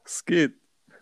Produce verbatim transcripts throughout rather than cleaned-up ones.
Es geht.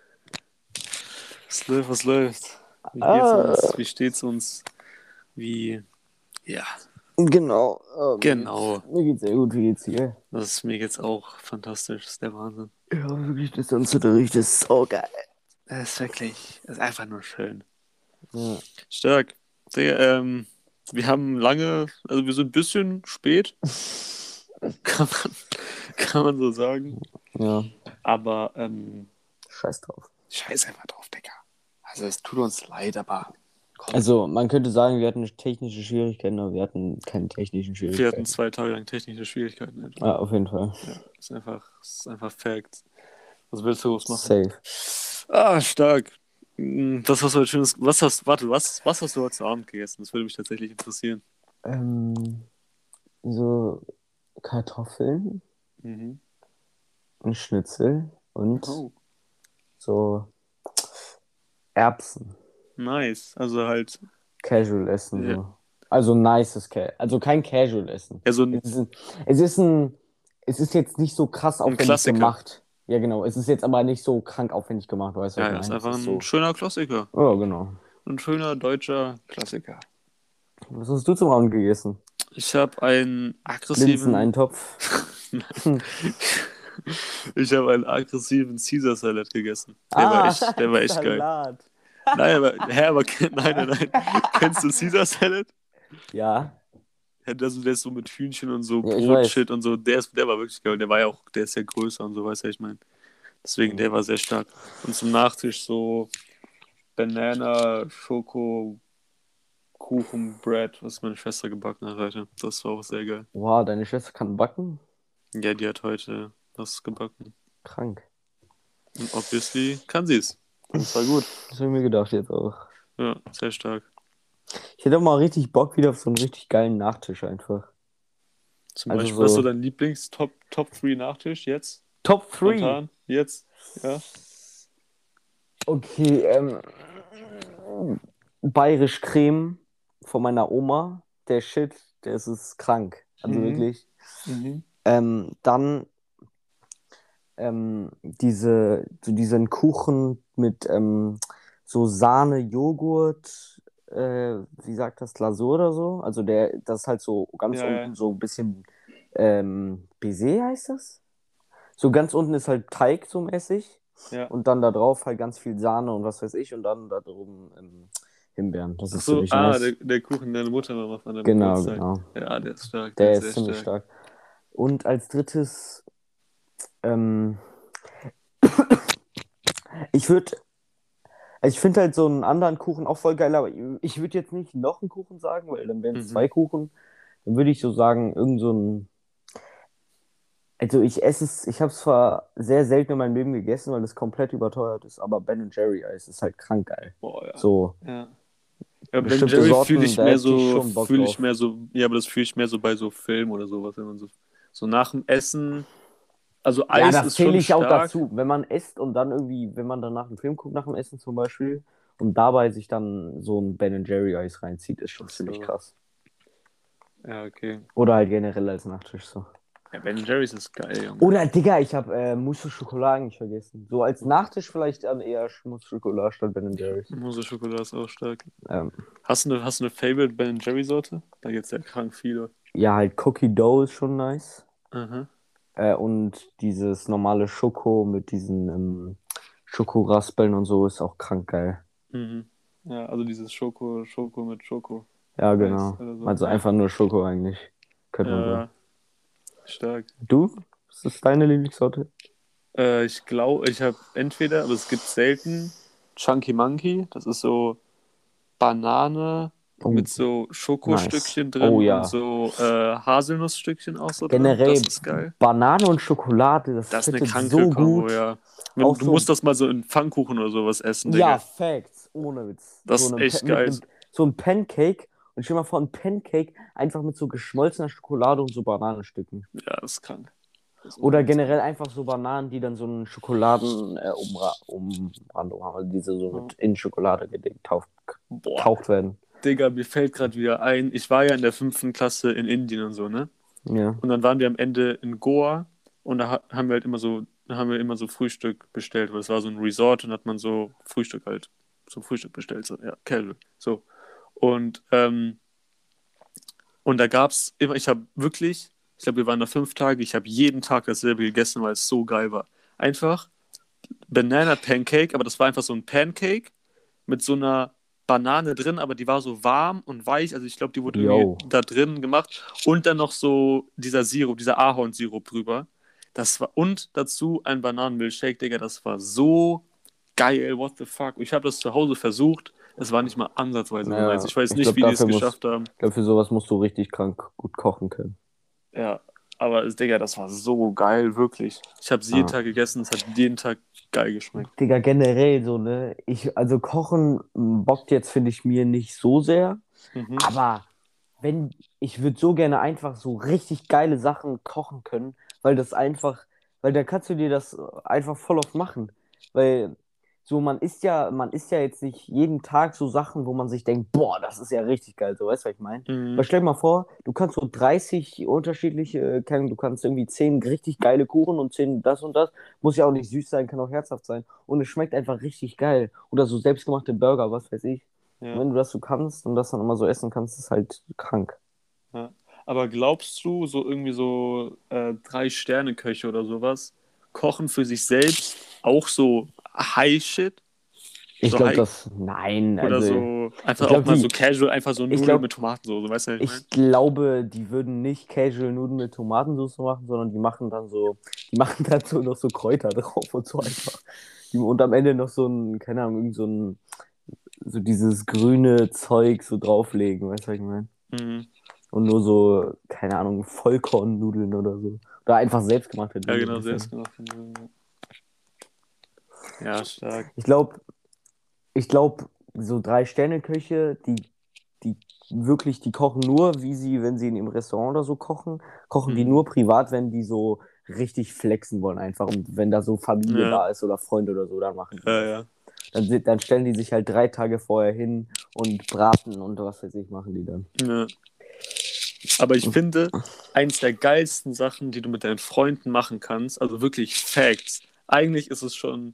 Was läuft, was läuft? Wie geht's Ah, uns? Wie steht's uns? Wie. Ja, genau. Ah, mir geht's, genau. mir geht's sehr gut. Wie geht's dir? Das ist mir jetzt auch fantastisch. Das ist der Wahnsinn. Ja, wirklich, das Unterricht ist so geil. Das ist wirklich. Das ist einfach nur schön. Ja. Stark. Digga, ähm, wir haben lange. Also, wir sind ein bisschen spät. Kann man, kann man so sagen. Ja, Aber, ähm, scheiß drauf. scheiß einfach drauf, Digga. Also, es tut uns leid, aber. Komm. Also, man könnte sagen, wir hatten technische Schwierigkeiten, aber wir hatten keine technischen Wir hatten Schwierigkeiten. zwei Tage lang technische Schwierigkeiten. Alter. Ja, auf jeden Fall. Ja, ist einfach, ist einfach Fact. Was willst du groß machen? Safe. Ah, stark. Hm, Das was heute schönes. Was hast warte, was, was hast du heute zu Abend gegessen? Das würde mich tatsächlich interessieren. Ähm, so Kartoffeln, Mhm. ein Schnitzel und Oh, so Erbsen. nice. Also halt, Casual Essen, ja, so. Also nices Casual. Also kein Casual Essen. ja so ein, Es ist ein, es ist ein, es ist jetzt nicht so krass ein aufwendig Klassiker. gemacht. Ja, genau. Es ist jetzt aber nicht so krank aufwendig gemacht, weißt du, was Ja, ich ja, ist meine? Es einfach ist ein so. schöner Klassiker. Ja, genau. Ein schöner deutscher Klassiker. Was hast du zum Abend gegessen? Ich habe einen aggressiven. Linseneintopf. Hm. Ich habe einen aggressiven Caesar Salad gegessen. Der war Ah, echt, der war echt geil. Salat. Nein, aber, hä, aber, nein, nein, nein. Kennst du Caesar Salad? Ja, Ja, der, so- der ist so mit Hühnchen und so ja, ich weiß. Brotshit und so. Der ist, der war wirklich geil. Der war ja auch, der ist ja größer und so, weißt du, ich meine. Deswegen, der war sehr stark. Und zum Nachtisch so Banana, Schoko, Kuchen, Bread, was meine Schwester gebacken hat heute. Das war auch sehr geil. Wow, deine Schwester kann backen? Ja, die hat heute was gebacken. Krank. Und obviously kann sie es. Und zwar gut. Das habe ich mir gedacht jetzt auch. Ja, sehr stark. Ich hätte auch mal richtig Bock wieder auf so einen richtig geilen Nachtisch einfach. Zum Also Beispiel, was ist so so dein Lieblings-Top Top drei Nachtisch jetzt? Top drei. Spontan? Jetzt? Ja? Okay, ähm, Bayerisch Creme von meiner Oma. Der Shit, der ist, ist krank. Also Mhm. wirklich. Mhm. Ähm, dann ähm, diese, so diesen Kuchen mit ähm, so Sahne, Joghurt, äh, wie sagt das, Glasur oder so? Also der, das ist halt so ganz Ja, unten ja, so ein bisschen ähm, Baiser heißt das? So ganz unten ist halt Teig so mäßig ja. und dann da drauf halt ganz viel Sahne und was weiß ich und dann da drüben ähm, Himbeeren. Das Ach ist so, ziemlich ah, der, nice. der Kuchen, den deine Mutter mal macht an deinem Genau, Geburtstag. genau. Ja, der ist stark, der Der ist ist sehr ziemlich stark. stark. Und als drittes, ähm, ich würde, ich finde halt so einen anderen Kuchen auch voll geil, aber ich würde jetzt nicht noch einen Kuchen sagen, weil dann wären es Mhm. zwei Kuchen. Dann würde ich so sagen, irgend so ein, also ich esse es, ich habe es zwar sehr selten in meinem Leben gegessen, weil es komplett überteuert ist, aber Ben Jerry Eis ist halt krank geil. Boah, ja. So Ja. Ja, Ben bestimmte Jerry fühle Sorten, ich da mehr hätte ich so, schon Bock fühle ich drauf. mehr so, ja, aber das fühle ich mehr so bei so Filmen oder sowas, wenn man so, so nach dem Essen, also Ja, Eis das ist zähle schon ich auch stark. dazu. Wenn man isst und dann irgendwie, wenn man danach einen Film guckt nach dem Essen zum Beispiel und dabei sich dann so ein Ben Jerry Eis reinzieht, ist schon Ach ziemlich so, krass. ja, okay. Oder halt generell als Nachtisch so. Ja, Ben Jerry's ist geil, Junge. Oder, Digga, ich habe äh, Mousse au Chocolat nicht vergessen. So als Nachtisch vielleicht dann eher Mousse au Chocolat statt Ben Jerry's. Mousse Schokolade ist auch stark. Ähm, Hast du eine, hast du eine Favorite Ben Jerry Sorte? Da gibt's ja krank viele. ja, halt Cookie Dough ist schon nice. Aha. Äh, und dieses normale Schoko mit diesen ähm, Schokoraspeln und so ist auch krank geil. Mhm. Ja, also dieses Schoko, Schoko mit Schoko. Ja, Eis genau. oder so. Also Ja, einfach nur Schoko eigentlich, könnte man sagen. ja, stark. Du? Was ist deine Lieblingssorte? Äh, ich glaube, ich habe entweder, aber es gibt selten, Chunky Monkey. Das ist so Banane Oh, mit so nice. Schokostückchen Oh drin und ja. so äh, Haselnussstückchen auch so drin. Das Generell ist geil. Banane und Schokolade, das Das ist eine fittet kranke so Kombo, gut. ja. Auch Wenn, du musst so, das mal so in Pfannkuchen oder sowas essen, ja, Digga. Facts, ohne Witz. Das So ist einem, Pa- echt mit geil. einem, so ein Pancake und stell dir mal vor, ein Pancake einfach mit so geschmolzener Schokolade und so Bananenstücken. Ja, das ist krank. Das ist Oder unfassbar. generell einfach so Bananen, die dann so einen Schokoladen äh, Umra Umrandung haben, also diese so Ja. mit in Schokolade getaucht Boah, taucht werden. Digga, mir fällt gerade wieder ein, ich war ja in der fünften Klasse in Indien und so, ne? Ja. Und dann waren wir am Ende in Goa und da ha- haben wir halt immer so dann haben wir immer so Frühstück bestellt, weil es war so ein Resort und hat man so Frühstück halt, so Frühstück bestellt, so, ja, casual, so. Und, ähm, und da gab es immer, ich habe wirklich, ich glaube, wir waren da fünf Tage, ich habe jeden Tag dasselbe gegessen, weil es so geil war. Einfach Banana Pancake, aber das war einfach so ein Pancake mit so einer Banane drin, aber die war so warm und weich, also ich glaube, die wurde irgendwie Yo. da drin gemacht und dann noch so dieser Sirup, dieser Ahornsirup drüber. Das war und dazu ein Bananenmilchshake, Digga, das war so geil, what the fuck. Ich habe das zu Hause versucht, es war nicht mal ansatzweise so nice. Naja, Ich weiß ich nicht, glaube, wie die es dafür muss, geschafft haben. ich glaube, für sowas musst du richtig krank gut kochen können. Ja, aber Digga, das war so geil, wirklich. Ich habe es jeden Ah. Tag gegessen, es hat jeden Tag geil geschmeckt. Digga, generell so, ne? Ich, also Kochen m, bockt jetzt, finde ich, mir nicht so sehr. Mhm. Aber wenn, ich würde so gerne einfach so richtig geile Sachen kochen können, weil das einfach, weil da kannst du dir das einfach voll oft machen. Weil so, man isst ja, man isst ja jetzt nicht jeden Tag so Sachen, wo man sich denkt, boah, das ist ja richtig geil, so, weißt du, was ich meine? Weil Mhm. stell dir mal vor, du kannst so dreißig unterschiedliche, äh, keine Ahnung, du kannst irgendwie zehn richtig geile Kuchen und zehn das und das, muss ja auch nicht süß sein, kann auch herzhaft sein. Und es schmeckt einfach richtig geil. Oder so selbstgemachte Burger, was weiß ich. Und Ja, wenn du das so kannst und das dann immer so essen kannst, ist halt krank. ja. Aber glaubst du, so irgendwie so äh, Drei-Sterne-Köche oder sowas kochen für sich selbst auch so High-Shit? Ich So glaube, High das, nein, oder also, so ich einfach auch glaube, mal die, so casual, einfach so ich Nudeln glaube, mit Tomatensoße, weißt du, was ich meine? ich glaube, die würden nicht Casual Nudeln mit Tomatensauce machen, sondern die machen dann so, die machen dann so noch so Kräuter drauf und so einfach. Die, und am Ende noch so ein, keine Ahnung, irgend so ein, so dieses grüne Zeug so drauflegen, weißt du, was ich meine? Mhm. Und nur so, keine Ahnung, Vollkornnudeln oder so. Oder einfach selbstgemachte Ja, Nudeln, genau, weißt du? selbstgemachte Nudeln. Ja, stark. Ich glaube, ich glaube, so Drei-Sterne-Köche, die, die wirklich, die kochen nur, wie sie, wenn sie in ihrem Restaurant oder so kochen, kochen die Mhm. nur privat, wenn die so richtig flexen wollen einfach. Und wenn da so Familie Ja, da ist oder Freunde oder so, dann machen die ja, das. ja. Dann, si- dann stellen die sich halt drei Tage vorher hin und braten und was weiß ich, machen die dann. Ja. Aber ich finde, eins der geilsten Sachen, die du mit deinen Freunden machen kannst, also wirklich Facts, eigentlich ist es schon,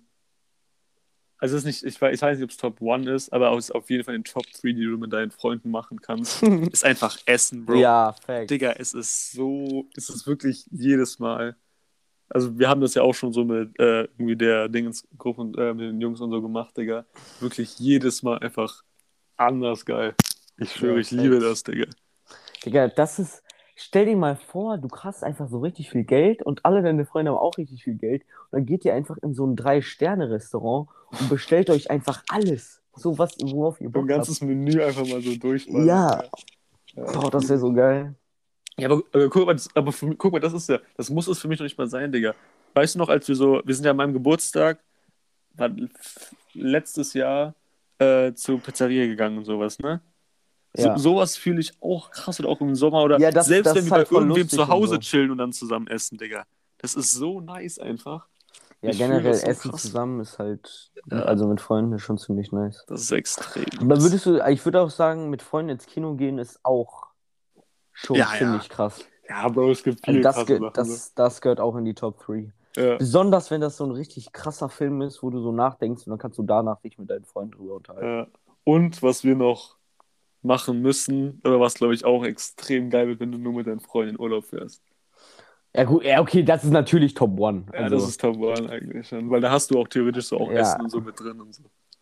also es ist nicht, ich weiß, ich weiß nicht, ob es Top One ist, aber es ist auf jeden Fall in den Top drei, die du mit deinen Freunden machen kannst, ist einfach Essen, Bro. Ja, Digga, Facts. es ist so, es ist wirklich jedes Mal. Also wir haben das ja auch schon so mit äh, irgendwie der Dingensgruppe und äh, mit den Jungs und so gemacht, Digga. Wirklich jedes Mal einfach anders geil. Ich schwöre, Ja, ich liebe Facts. das, Digga. Digga, das ist, stell dir mal vor, du hast einfach so richtig viel Geld und alle deine Freunde haben auch richtig viel Geld. Und dann geht ihr einfach in so ein Drei-Sterne-Restaurant und bestellt euch einfach alles. So was, worauf ihr So ein Bock habt. ganzes Menü einfach mal so durchballern, Ja, Digga. Ja, boah, das wäre fühl so ich. geil. Ja, aber, aber guck mal, das, aber für, mich- guck mal, das ist ja, das muss es für mich noch nicht mal sein, Digga. Weißt du noch, als wir so, wir sind ja an meinem Geburtstag, war letztes Jahr äh, zur Pizzeria gegangen und sowas, ne? So, Ja. sowas fühle ich auch krass oder auch im Sommer oder Ja, das, selbst das wenn ist wir bei halt voll irgendwem zu lustig und Hause so. chillen und dann zusammen essen, Digga. Das ist so nice einfach. Ja, Ich fühle generell das so Essen krass. zusammen ist halt, Ja, also mit Freunden ist schon ziemlich nice. das ist extrem Aber nice. würdest du, ich würde auch sagen, mit Freunden ins Kino gehen ist auch schon Ja, ja. ziemlich krass. Ja, Bro, es gibt Also viele das, krasse ge- Sachen so. das, das gehört auch in die Top drei. Ja, Besonders wenn das so ein richtig krasser Film ist, wo du so nachdenkst und dann kannst du danach dich mit deinen Freunden drüber unterhalten. ja. Und was wir noch machen müssen, oder was glaube ich auch extrem geil wird, wenn du nur mit deinen Freunden in Urlaub fährst. Ja, gut, ja, okay, das ist natürlich Top One. Ja, das Also, ist Top One eigentlich schon, weil da hast du auch theoretisch so auch ja, Essen und so mit drin und so.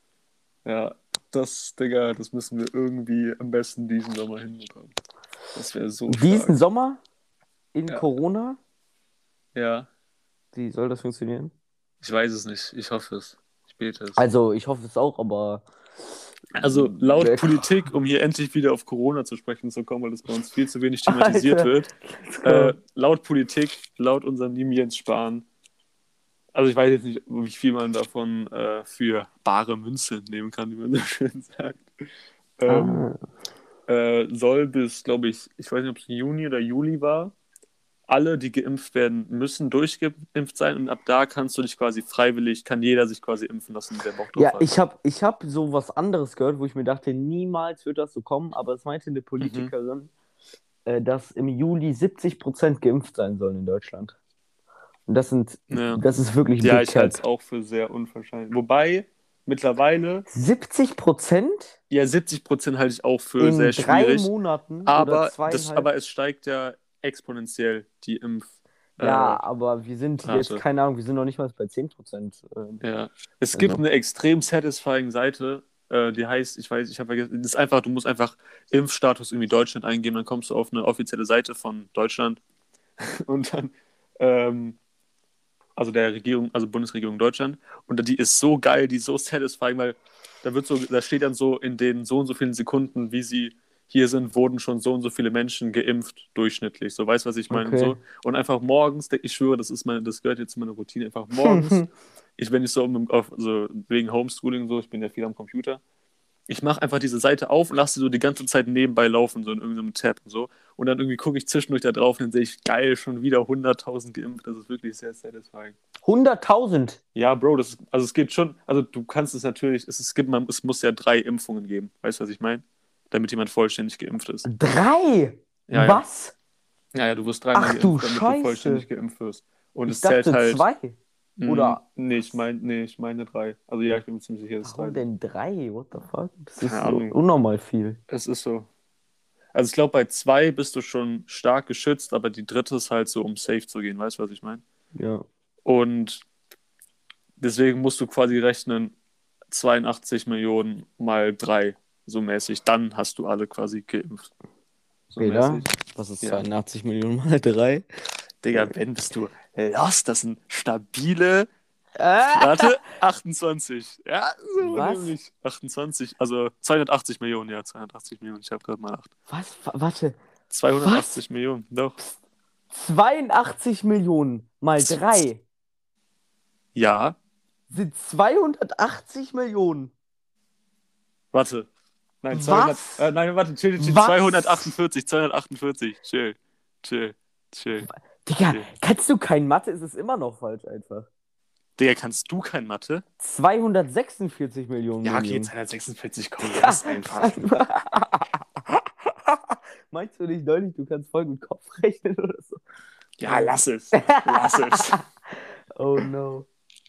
Ja, das, Digga, das müssen wir irgendwie am besten diesen Sommer hinbekommen. Das wäre so diesen stark. Sommer in Ja, Corona, ja, wie soll das funktionieren? ich weiß es nicht. Ich hoffe es. Ich bete es. Also, ich hoffe es auch, aber Also laut wer- Politik, um hier endlich wieder auf Corona zu sprechen zu kommen, weil das bei uns viel zu wenig thematisiert Alter, wird, let's äh, go. laut Politik, laut unserem lieben Jens Spahn, also ich weiß jetzt nicht, wie viel man davon äh, für bare Münze nehmen kann, wie man so schön sagt, ähm, Ah, äh, soll bis, glaube ich, ich weiß nicht, ob es Juni oder Juli war, alle, die geimpft werden, müssen durchgeimpft sein und ab da kannst du dich quasi freiwillig, kann jeder sich quasi impfen lassen, der Bock drauf ja, hat. ich habe ich hab so was anderes gehört, wo ich mir dachte, niemals wird das so kommen, aber es meinte eine Mhm. Politikerin, äh, dass im Juli siebzig Prozent geimpft sein sollen in Deutschland. Und das sind, Ja, das ist wirklich ja Big ich halte Cap. es auch für sehr unwahrscheinlich. Wobei, mittlerweile, siebzig Prozent ja, siebzig Prozent halte ich auch für sehr in drei schwierig. Monaten oder Aber, das, zweieinhalb. aber es steigt ja exponentiell, die Ja, Impfrate. aber wir sind jetzt, keine Ahnung, wir sind noch nicht mal bei zehn Prozent. Ähm, Ja. Es gibt also. eine extrem satisfying Seite, äh, die heißt, ich weiß, ich habe vergessen, das ist einfach, du musst einfach Impfstatus irgendwie Deutschland eingeben, dann kommst du auf eine offizielle Seite von Deutschland und dann, ähm, also der Regierung, also Bundesregierung Deutschland, und die ist so geil, die ist so satisfying, weil da wird so, da steht dann so in den so und so vielen Sekunden, wie sie hier sind, wurden schon so und so viele Menschen geimpft, durchschnittlich. So, weißt du, was ich meine? Und Okay. so. Und einfach morgens, ich schwöre, das ist meine, das gehört jetzt zu meiner Routine, einfach morgens, ich, wenn ich so um, auf, so wegen Homeschooling und so, ich bin ja viel am Computer, ich mache einfach diese Seite auf und lasse sie so die ganze Zeit nebenbei laufen, so in irgendeinem Tab und so. Und dann irgendwie gucke ich zwischendurch da drauf und dann sehe ich, geil, schon wieder hunderttausend geimpft. Das ist wirklich sehr satisfying. hunderttausend? Ja, Bro, das ist, also es gibt schon, also du kannst es natürlich, es, es gibt, man, es muss ja drei Impfungen geben. Weißt du, was ich meine? Damit jemand vollständig geimpft ist. Drei? Ja, ja. Was? Ja, ja, du wirst dreimal Ach du geimpft, damit du Scheiße. vollständig geimpft wirst. Und Ich es zählt dachte halt. zwei. Mh, Oder. nee, ich meine, nee, ich meine drei. Also ja, ich bin mir ziemlich sicher, dass es drei Warum sind. denn drei? What the fuck? Das Keine ist so Ahnung. unnormal viel. Es ist so. Also ich glaube, bei zwei bist du schon stark geschützt, aber die dritte ist halt so, um safe zu gehen. Weißt du, was ich meine? Ja. Und deswegen musst du quasi rechnen, zweiundachtzig Millionen mal drei, so mäßig. Dann hast du alle quasi geimpft. So Peter, mäßig. was ist Ja. zweiundachtzig Millionen mal drei? Digga, Ben, bist du lost? Das sind stabile, Ah! warte, achtundzwanzig. Ja, so Was? nämlich. achtundzwanzig, also zweihundertachtzig Millionen, ja, zweihundertachtzig Millionen. Ich habe gerade mal acht. Was? Wa- Warte. zweihundertachtzig Millionen, doch. zweiundachtzig Millionen mal drei Ja, sind zweihundertachtzig Millionen. warte. Nein, Was? zweihundert, äh, nein, warte, chill, chill, Was? zweihundertachtundvierzig, zweihundertachtundvierzig, chill, chill, chill. Digga, Okay. kannst du kein Mathe? Es ist immer noch falsch einfach. Digga, kannst du kein Mathe? zweihundertsechsundvierzig Millionen. Ja, okay, Millionen. zweihundertsechsundvierzig, komm, lass einfach. Meinst du nicht neulich, du kannst voll gut Kopf rechnen oder so? Ja, lass es, lass es. Oh no.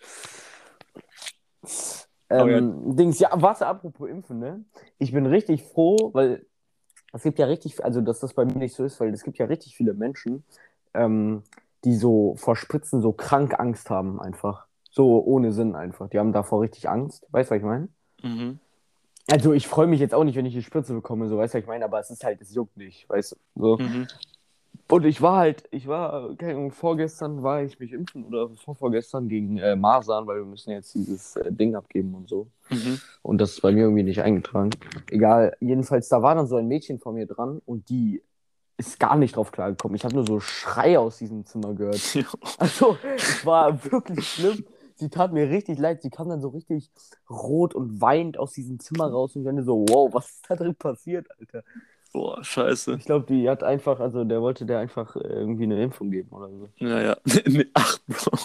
Oh, ja. Ähm, Dings, ja, warte, apropos Impfen, ne? Ich bin richtig froh, weil es gibt ja richtig, also dass das bei mir nicht so ist, weil es gibt ja richtig viele Menschen, ähm, die so vor Spritzen so krank Angst haben einfach. So ohne Sinn einfach. Die haben davor richtig Angst. Weißt du, was ich meine? Mhm. Also ich freue mich jetzt auch nicht, wenn ich die Spritze bekomme, so weißt du, was ich meine, aber es ist halt, es juckt nicht, weißt du. So. Mhm. Und ich war halt, ich war, keine Ahnung, vorgestern war ich mich impfen oder vorvorgestern gegen äh, Masern, weil wir müssen jetzt dieses äh, Ding abgeben und so. Mhm. Und das ist bei mir irgendwie nicht eingetragen. Egal, jedenfalls, da war dann so ein Mädchen vor mir dran und die ist gar nicht drauf klargekommen. Ich habe nur so Schrei aus diesem Zimmer gehört. Also, es war wirklich schlimm. Sie tat mir richtig leid. Sie kam dann so richtig rot und weint aus diesem Zimmer raus und dann so, wow, was ist da drin passiert, Alter? Boah, scheiße. Ich glaube, die hat einfach, also der wollte der einfach äh, irgendwie eine Impfung geben oder so. Ja, ja. Nee, ach, Bro.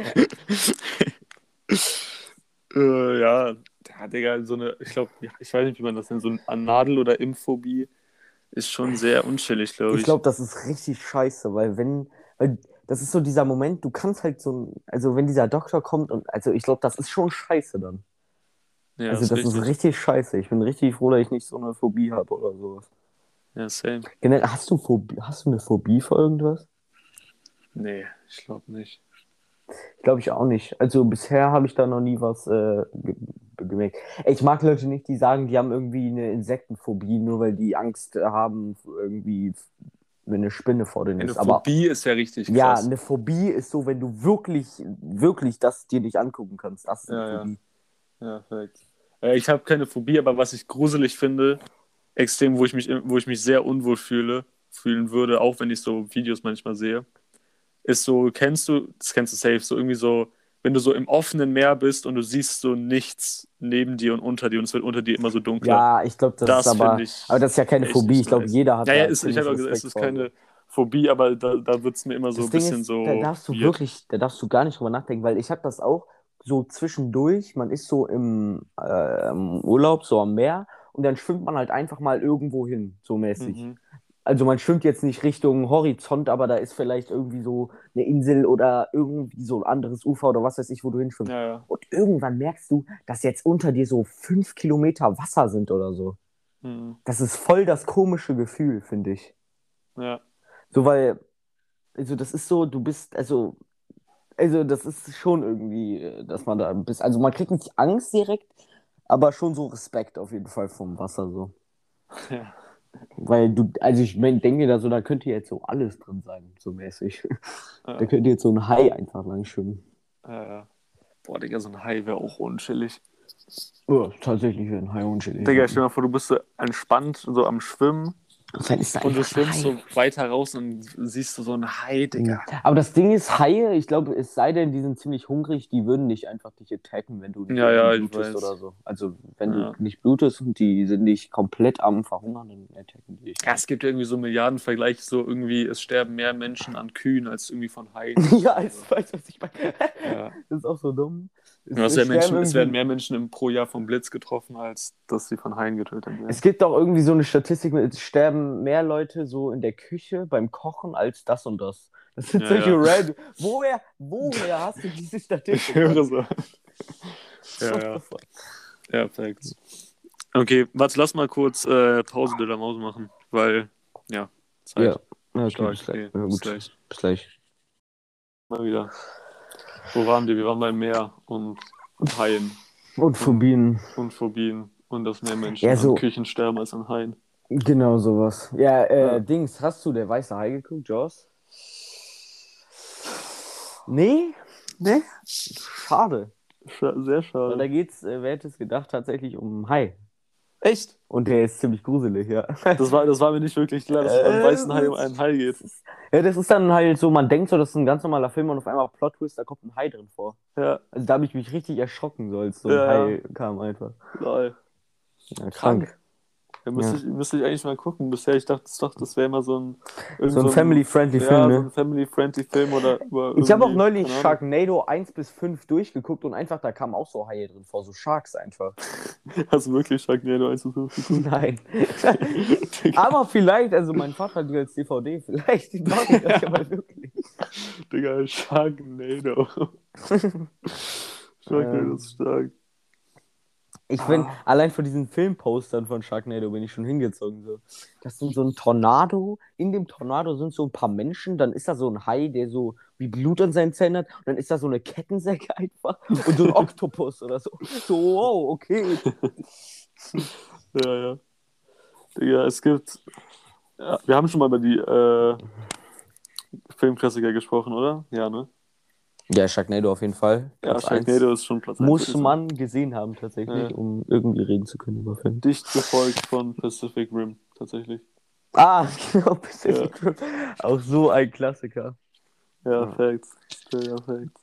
äh, ja. Ja, Digga, so eine, ich glaube, ich weiß nicht, wie man das nennt, so eine Nadel- oder Impfphobie ist schon sehr unchillig, glaube ich. Ich glaube, das ist richtig scheiße, weil wenn, weil das ist so dieser Moment, du kannst halt so, also wenn dieser Doktor kommt und, also ich glaube, das ist schon scheiße dann. Ja, Also ist das richtig. ist richtig scheiße. Ich bin richtig froh, dass ich nicht so eine Phobie habe oder sowas. Ja, same. Generell, hast du Phobie, hast du eine Phobie vor irgendwas? Nee, ich glaube nicht. Glaube ich auch nicht. Also bisher habe ich da noch nie was äh, ge gemerkt. Ey, ich mag Leute nicht, die sagen, die haben irgendwie eine Insektenphobie, nur weil die Angst haben, irgendwie, wenn eine Spinne vor denen Eine ist. Aber Phobie ist ja richtig ja, krass. eine Phobie ist so, wenn du wirklich, wirklich das dir nicht angucken kannst. Das ist eine Ja, ja. Phobie. Ja, perfekt. Äh, ich habe keine Phobie, aber was ich gruselig finde, extrem, wo ich mich, wo ich mich sehr unwohl fühle, fühlen würde, auch wenn ich so Videos manchmal sehe, ist so, kennst du, das kennst du safe, so irgendwie so, wenn du so im offenen Meer bist und du siehst so nichts neben dir und unter dir und es wird unter dir immer so dunkler. Ja, ich glaube, das, Das ist aber, finde ich aber das ist ja keine echt Phobie. nicht Ich glaube, nice. jeder hat Ja, ja, da ist, ich ziemlich habe gesagt, es Respekt ist vor. keine Phobie, aber da, da wird es mir immer so Das ein Ding bisschen ist, so da darfst du weird. wirklich, da darfst du gar nicht drüber nachdenken, weil ich habe das auch so zwischendurch, man ist so im, äh, im Urlaub, so am Meer und dann schwimmt man halt einfach mal irgendwo hin, so mäßig. Mhm. also man schwimmt jetzt nicht Richtung Horizont, aber da ist vielleicht irgendwie so eine Insel oder irgendwie so ein anderes Ufer oder was weiß ich, wo du hinschwimmst. Ja, ja. Und irgendwann merkst du, dass jetzt unter dir so fünf Kilometer Wasser sind oder so. Mhm. Das ist voll das komische Gefühl, finde ich. Ja. So, weil, also das ist so, du bist, also, also das ist schon irgendwie, äh, dass man da bist. Also man kriegt nicht Angst direkt, aber schon so Respekt auf jeden Fall vom Wasser so. Ja. Weil du, also ich mein, denke da so, da könnte jetzt so alles drin sein, so mäßig. Da Ja. könnte jetzt so ein Hai einfach lang schwimmen. Ja, ja. Boah, Digga, so ein Hai wäre auch unchillig. Ja, tatsächlich wäre ein Hai unschädlich. Digga, stell dir mal vor, du bist so entspannt so am Schwimmen Dann ist da und du einfach ein schwimmst Hai. so weiter raus und siehst du so ein Hai, Digga. Aber das Ding ist, Haie, ich glaube, es sei denn, die sind ziemlich hungrig, die würden nicht einfach dich attacken, wenn du nicht Ja, ja, irgendwie ich blutest weiß. oder so. Also, wenn Ja. du nicht blutest und die sind nicht komplett am Verhungern, dann attacken die dich. Ja, es gibt irgendwie so Milliardenvergleiche, so irgendwie, es sterben mehr Menschen an Kühen als irgendwie von Haien. Ja, als, weißt du, was ich meine? Ja. Das ist auch so dumm. Es, Ja, es, es werden sterben Menschen, es irgendwie- werden mehr Menschen im pro Jahr vom Blitz getroffen, als dass sie von Haien getötet werden. Es gibt auch irgendwie so eine Statistik, mit, es sterben mehr Leute so in der Küche beim Kochen als das und das. Das sind Ja, solche ja. random. Woher, woher hast du diese Ich Statistik? höre so. What Ja, the ja. fuck? Ja, perfekt. Okay, warte, lass mal kurz äh, Pause de la Maus machen, weil, ja, Zeit. Ja, okay, Stark, bis gleich. okay, Ja, bis gut. gleich. Bis gleich. Mal wieder. Wo waren wir? Wir waren beim Meer und Haien Und Phobien. und Phobien und dass mehr Menschen Ja, so- an Küchen sterben als an Haien. Genau sowas. Ja, äh, Ja. Dings, hast du der weiße Hai geguckt, Jaws? Nee? Ne? Schade. Scha sehr Weil schade. da geht's, äh, wer hätte es gedacht, tatsächlich um einen Hai. Echt? Und der ist ziemlich gruselig, ja. Das war, das war mir nicht wirklich klar, dass es beim Äh, weißen Hai um das- einen Hai geht. Ja, das ist dann halt so, man denkt so, das ist ein ganz normaler Film und auf einmal Plot-Twist, da kommt ein Hai drin vor. Ja, Also da habe ich mich richtig erschrocken, so als so ein Ja, Hai kam einfach. lol. Ja, Krank. Da müsste, Ja. ich, müsste ich eigentlich mal gucken. Bisher, ich dachte, doch, das wäre immer so ein... irgend So ein family-friendly ja, Film, so ne? ein family-friendly Film oder über Ich habe auch irgendwie- neulich keine Ahnung. Sharknado eins bis fünf durchgeguckt und einfach, da kamen auch so Haie drin vor, so Sharks einfach. Hast du wirklich Sharknado eins zu fünf geguckt? Nein. Aber vielleicht, also mein Vater hat die als D V D, vielleicht mache ich das ja mal wirklich. Digga, Sharknado. Sharknado Ähm. ist stark. Ich bin, Ah. allein von diesen Filmpostern von Sharknado bin ich schon hingezogen. So. Das sind so ein Tornado, in dem Tornado sind so ein paar Menschen, dann ist da so ein Hai, der so wie Blut an seinen Zähnen hat, und dann ist da so eine Kettensäge einfach und so ein Oktopus oder so. So, wow, okay. Ja, ja. Digga, es gibt... Ja, wir haben schon mal über die äh, Filmklassiker gesprochen, oder? Ja, ne? Ja, Sharknado auf jeden Fall. Ja, Platz Sharknado eins. ist schon Platz eins. Muss würde ich sagen. man gesehen haben, tatsächlich, Ja. um irgendwie reden zu können über Filme. Dicht gefolgt von Pacific Rim, tatsächlich. Ah, genau, Pacific Rim. Auch so ein Klassiker. Ja, Ja. Facts. Ja, Facts.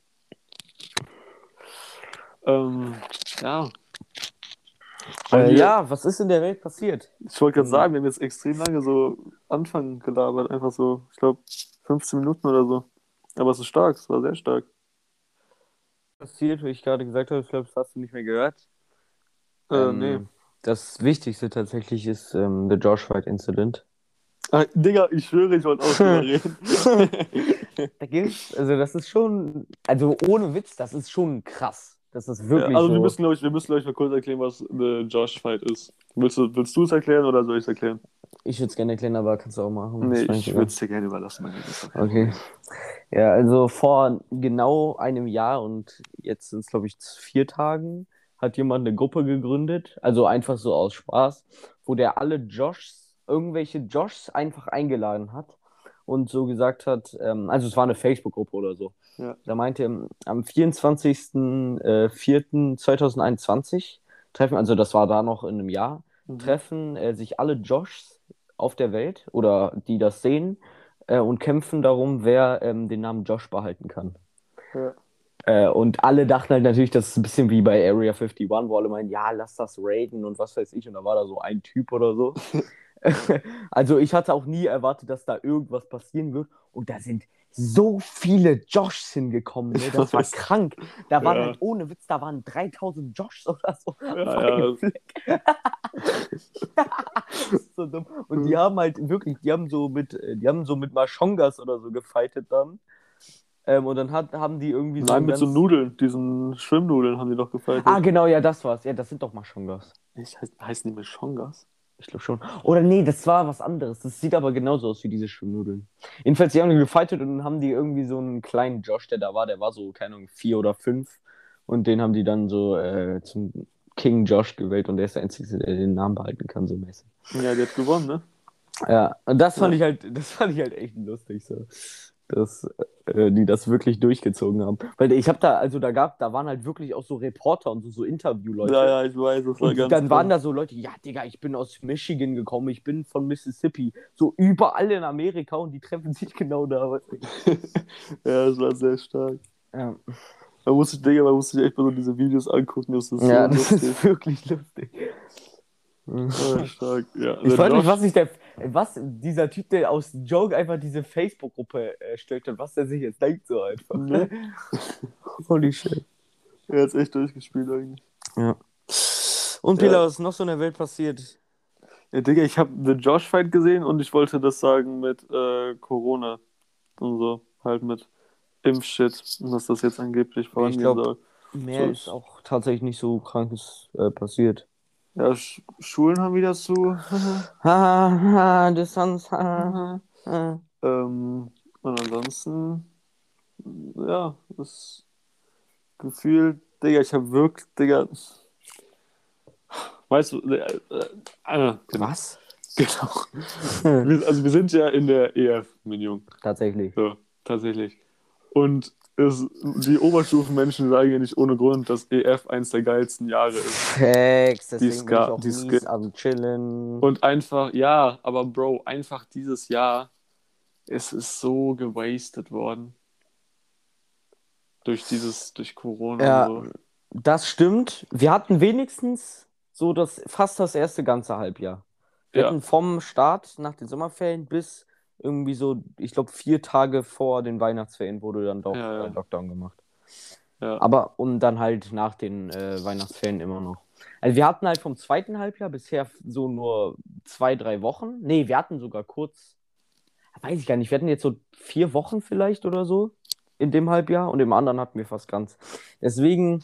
Ähm, ja. Äh, wir- ja, was ist in der Welt passiert? Ich wollte gerade Mhm. sagen, wir haben jetzt extrem lange so Anfang gelabert, einfach so, ich glaube, fünfzehn Minuten oder so. Aber es ist stark, es war sehr stark. Passiert, wie ich gerade gesagt habe, ich glaube, das hast du nicht mehr gehört. Äh, Ähm, nee. Das Wichtigste tatsächlich ist ähm, der Josh White Incident. Ah, Digga, ich schwöre, ich wollte auch drüber reden. Da gibt's, also das ist schon, also ohne Witz, das ist schon krass. Das ist wirklich Ja, also so. wir müssen, glaube ich, wir müssen, glaub ich, mal kurz erklären, was eine Josh-Fight ist. Willst du willst du es erklären oder soll ich es erklären? Ich würde es gerne erklären, aber kannst du auch machen. Nee, Ist mir ich egal. würde es dir gerne überlassen. Mein Lieber. Ist doch kein Okay. Problem. Ja, also vor genau einem Jahr und jetzt sind es, glaube ich, vier Tagen, hat jemand eine Gruppe gegründet, also einfach so aus Spaß, wo der alle Joshs, irgendwelche Joshs einfach eingeladen hat und so gesagt hat, ähm, also es war eine Facebook-Gruppe oder so. Ja. Da meinte er, am vierundzwanzigsten vierten zweitausendeinundzwanzig treffen, also das war da noch in einem Jahr, Mhm. treffen äh, sich alle Joshs auf der Welt oder die das sehen äh, und kämpfen darum, wer ähm, den Namen Josh behalten kann. Ja. Äh, und alle dachten halt natürlich, das ist ein bisschen wie bei Area einundfünfzig, wo alle meinen, ja, lass das raiden und was weiß ich. Und da war da so ein Typ oder so. Also ich hatte auch nie erwartet, dass da irgendwas passieren wird. Und da sind so viele Joshs hingekommen, ne? Das war weiß. krank. Da waren Ja. halt ohne Witz, da waren dreitausend Joshs oder so auf Ja, einem ja. Fleck. So dumm. Und die Hm. haben halt wirklich, die haben so mit, äh, die haben so mit Mashongas oder so gefightet dann. Ähm, und dann hat, haben die irgendwie so Nein, ein mit so ganz. Nudeln, diesen Schwimmnudeln haben die doch Ah, gefightet. genau, ja, das war's. Ja, das sind doch Mashongas. Ich heißt, heißen die Mischongas? Ich glaube schon. Oder nee, das war was anderes. Das sieht aber genauso aus wie diese Schwimmnudeln. Jedenfalls, die haben die gefightet und dann haben die irgendwie so einen kleinen Josh, der da war, der war so, keine Ahnung, vier oder fünf. Und den haben die dann so äh, zum King Josh gewählt und der ist der Einzige, der den Namen behalten kann, so mäßig. Ja, die hat gewonnen, ne? Ja, und das fand Ja. ich halt, das fand ich halt echt lustig, so. Dass äh, die das wirklich durchgezogen haben. Weil ich habe da, also da gab, da waren halt wirklich auch so Reporter und so, so Interviewleute. Ja, ja, ich weiß, das war Und ganz dann waren krank. da so Leute, ja, Digga, ich bin aus Michigan gekommen, ich bin von Mississippi. So überall in Amerika und die treffen sich genau da. Weißt du? Ja, das war sehr stark. Ja, Man muss sich, Digga, man muss sich echt mal so diese Videos angucken, das ist so ja das lustig. ist wirklich lustig. Ja, stark, ja. Ich Der weiß nicht, Josh, was sich der, was dieser Typ, der aus Joke einfach diese Facebook-Gruppe erstellt hat, was der sich jetzt denkt so einfach. ne? Holy shit. Er hat es echt durchgespielt eigentlich. Ja. Und Ja. Pila, was ist noch so in der Welt passiert? Ja, Digga, ich habe den Josh-Fight gesehen und ich wollte das sagen mit äh, Corona und so, halt mit Impfshit und dass das jetzt angeblich Ich vorangehen glaube, soll. mehr So ist ist, auch tatsächlich nicht so krankes äh, passiert. ja, Sch Schulen haben wieder zu. Haha, Distanz, haha. ähm, und ansonsten, ja, das Gefühl, Digga, ich habe wirklich, Digga, weißt du, äh, äh, äh, genau, Was? genau. Wir, also wir sind ja in der E F, mein Junge. Tatsächlich. So, tatsächlich. Und es, die Oberstufenmenschen sagen ja nicht ohne Grund, dass E F eins der geilsten Jahre ist. Facts, Die deswegen es bin ich ga- auch die es mies gibt. am Chillen. Und einfach, ja, aber Bro, einfach dieses Jahr, es ist so gewastet worden. Durch dieses, durch Corona Ja, und so. das stimmt. Wir hatten wenigstens so das fast das erste ganze Halbjahr. Wir Ja, hatten vom Start nach den Sommerferien bis irgendwie so, ich glaube, vier Tage vor den Weihnachtsferien wurde dann doch ja, äh, ja, Lockdown gemacht. ja. Aber und dann halt nach den äh, Weihnachtsferien immer noch. Also wir hatten halt vom zweiten Halbjahr bisher so nur zwei, drei Wochen. Nee, wir hatten sogar kurz, weiß ich gar nicht, wir hatten jetzt so vier Wochen vielleicht oder so in dem Halbjahr und im anderen hatten wir fast ganz. Deswegen,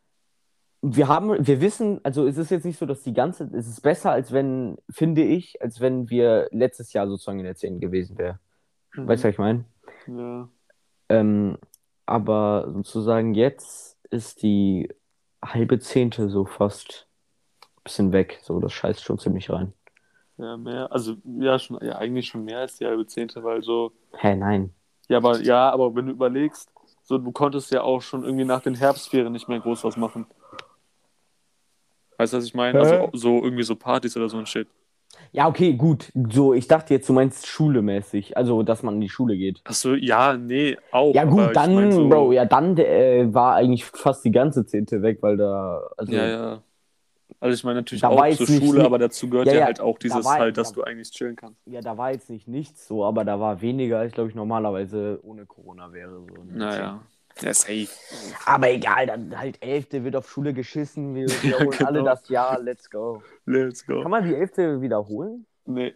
wir haben, wir wissen, also es ist jetzt nicht so, dass die ganze, es ist besser, als wenn, finde ich, als wenn wir letztes Jahr sozusagen in der zehnten gewesen wären. Weißt du, was Mhm. ich meine? Ja. Ähm, aber sozusagen jetzt ist die halbe Zehnte so fast ein bisschen weg. So, das scheißt schon ziemlich rein. Ja, mehr, also ja, schon, ja, eigentlich schon mehr als die halbe Zehnte, weil so, Hä, nein. ja, aber ja, aber wenn du überlegst, so, du konntest ja auch schon irgendwie nach den Herbstferien nicht mehr groß was machen. Weißt du, was ich meine? Also Hä? so irgendwie so Partys oder so ein Shit. Ja, okay, gut. So, ich dachte jetzt, du meinst schulemäßig. Also, dass man in die Schule geht. Achso, ja, nee, auch, Ja, aber gut, ich meine dann, so, Bro, ja, dann äh, war eigentlich fast die ganze Zehnte weg, weil da, also, ja, ja. Also ich meine natürlich da war auch zur jetzt nicht, Schule, ni- aber dazu gehört ja, ja ja, halt auch da dieses war, halt, dass da, du eigentlich chillen kannst. ja, da war jetzt nicht nichts so, aber da war weniger, als, glaube ich, normalerweise ohne Corona wäre. So in der Naja. Ja, safe. Aber egal, dann halt Elfte wird auf Schule geschissen, wir Ja, wiederholen alle genau. das Jahr, let's go. Let's go. Kann man die Elfte wiederholen? Nee.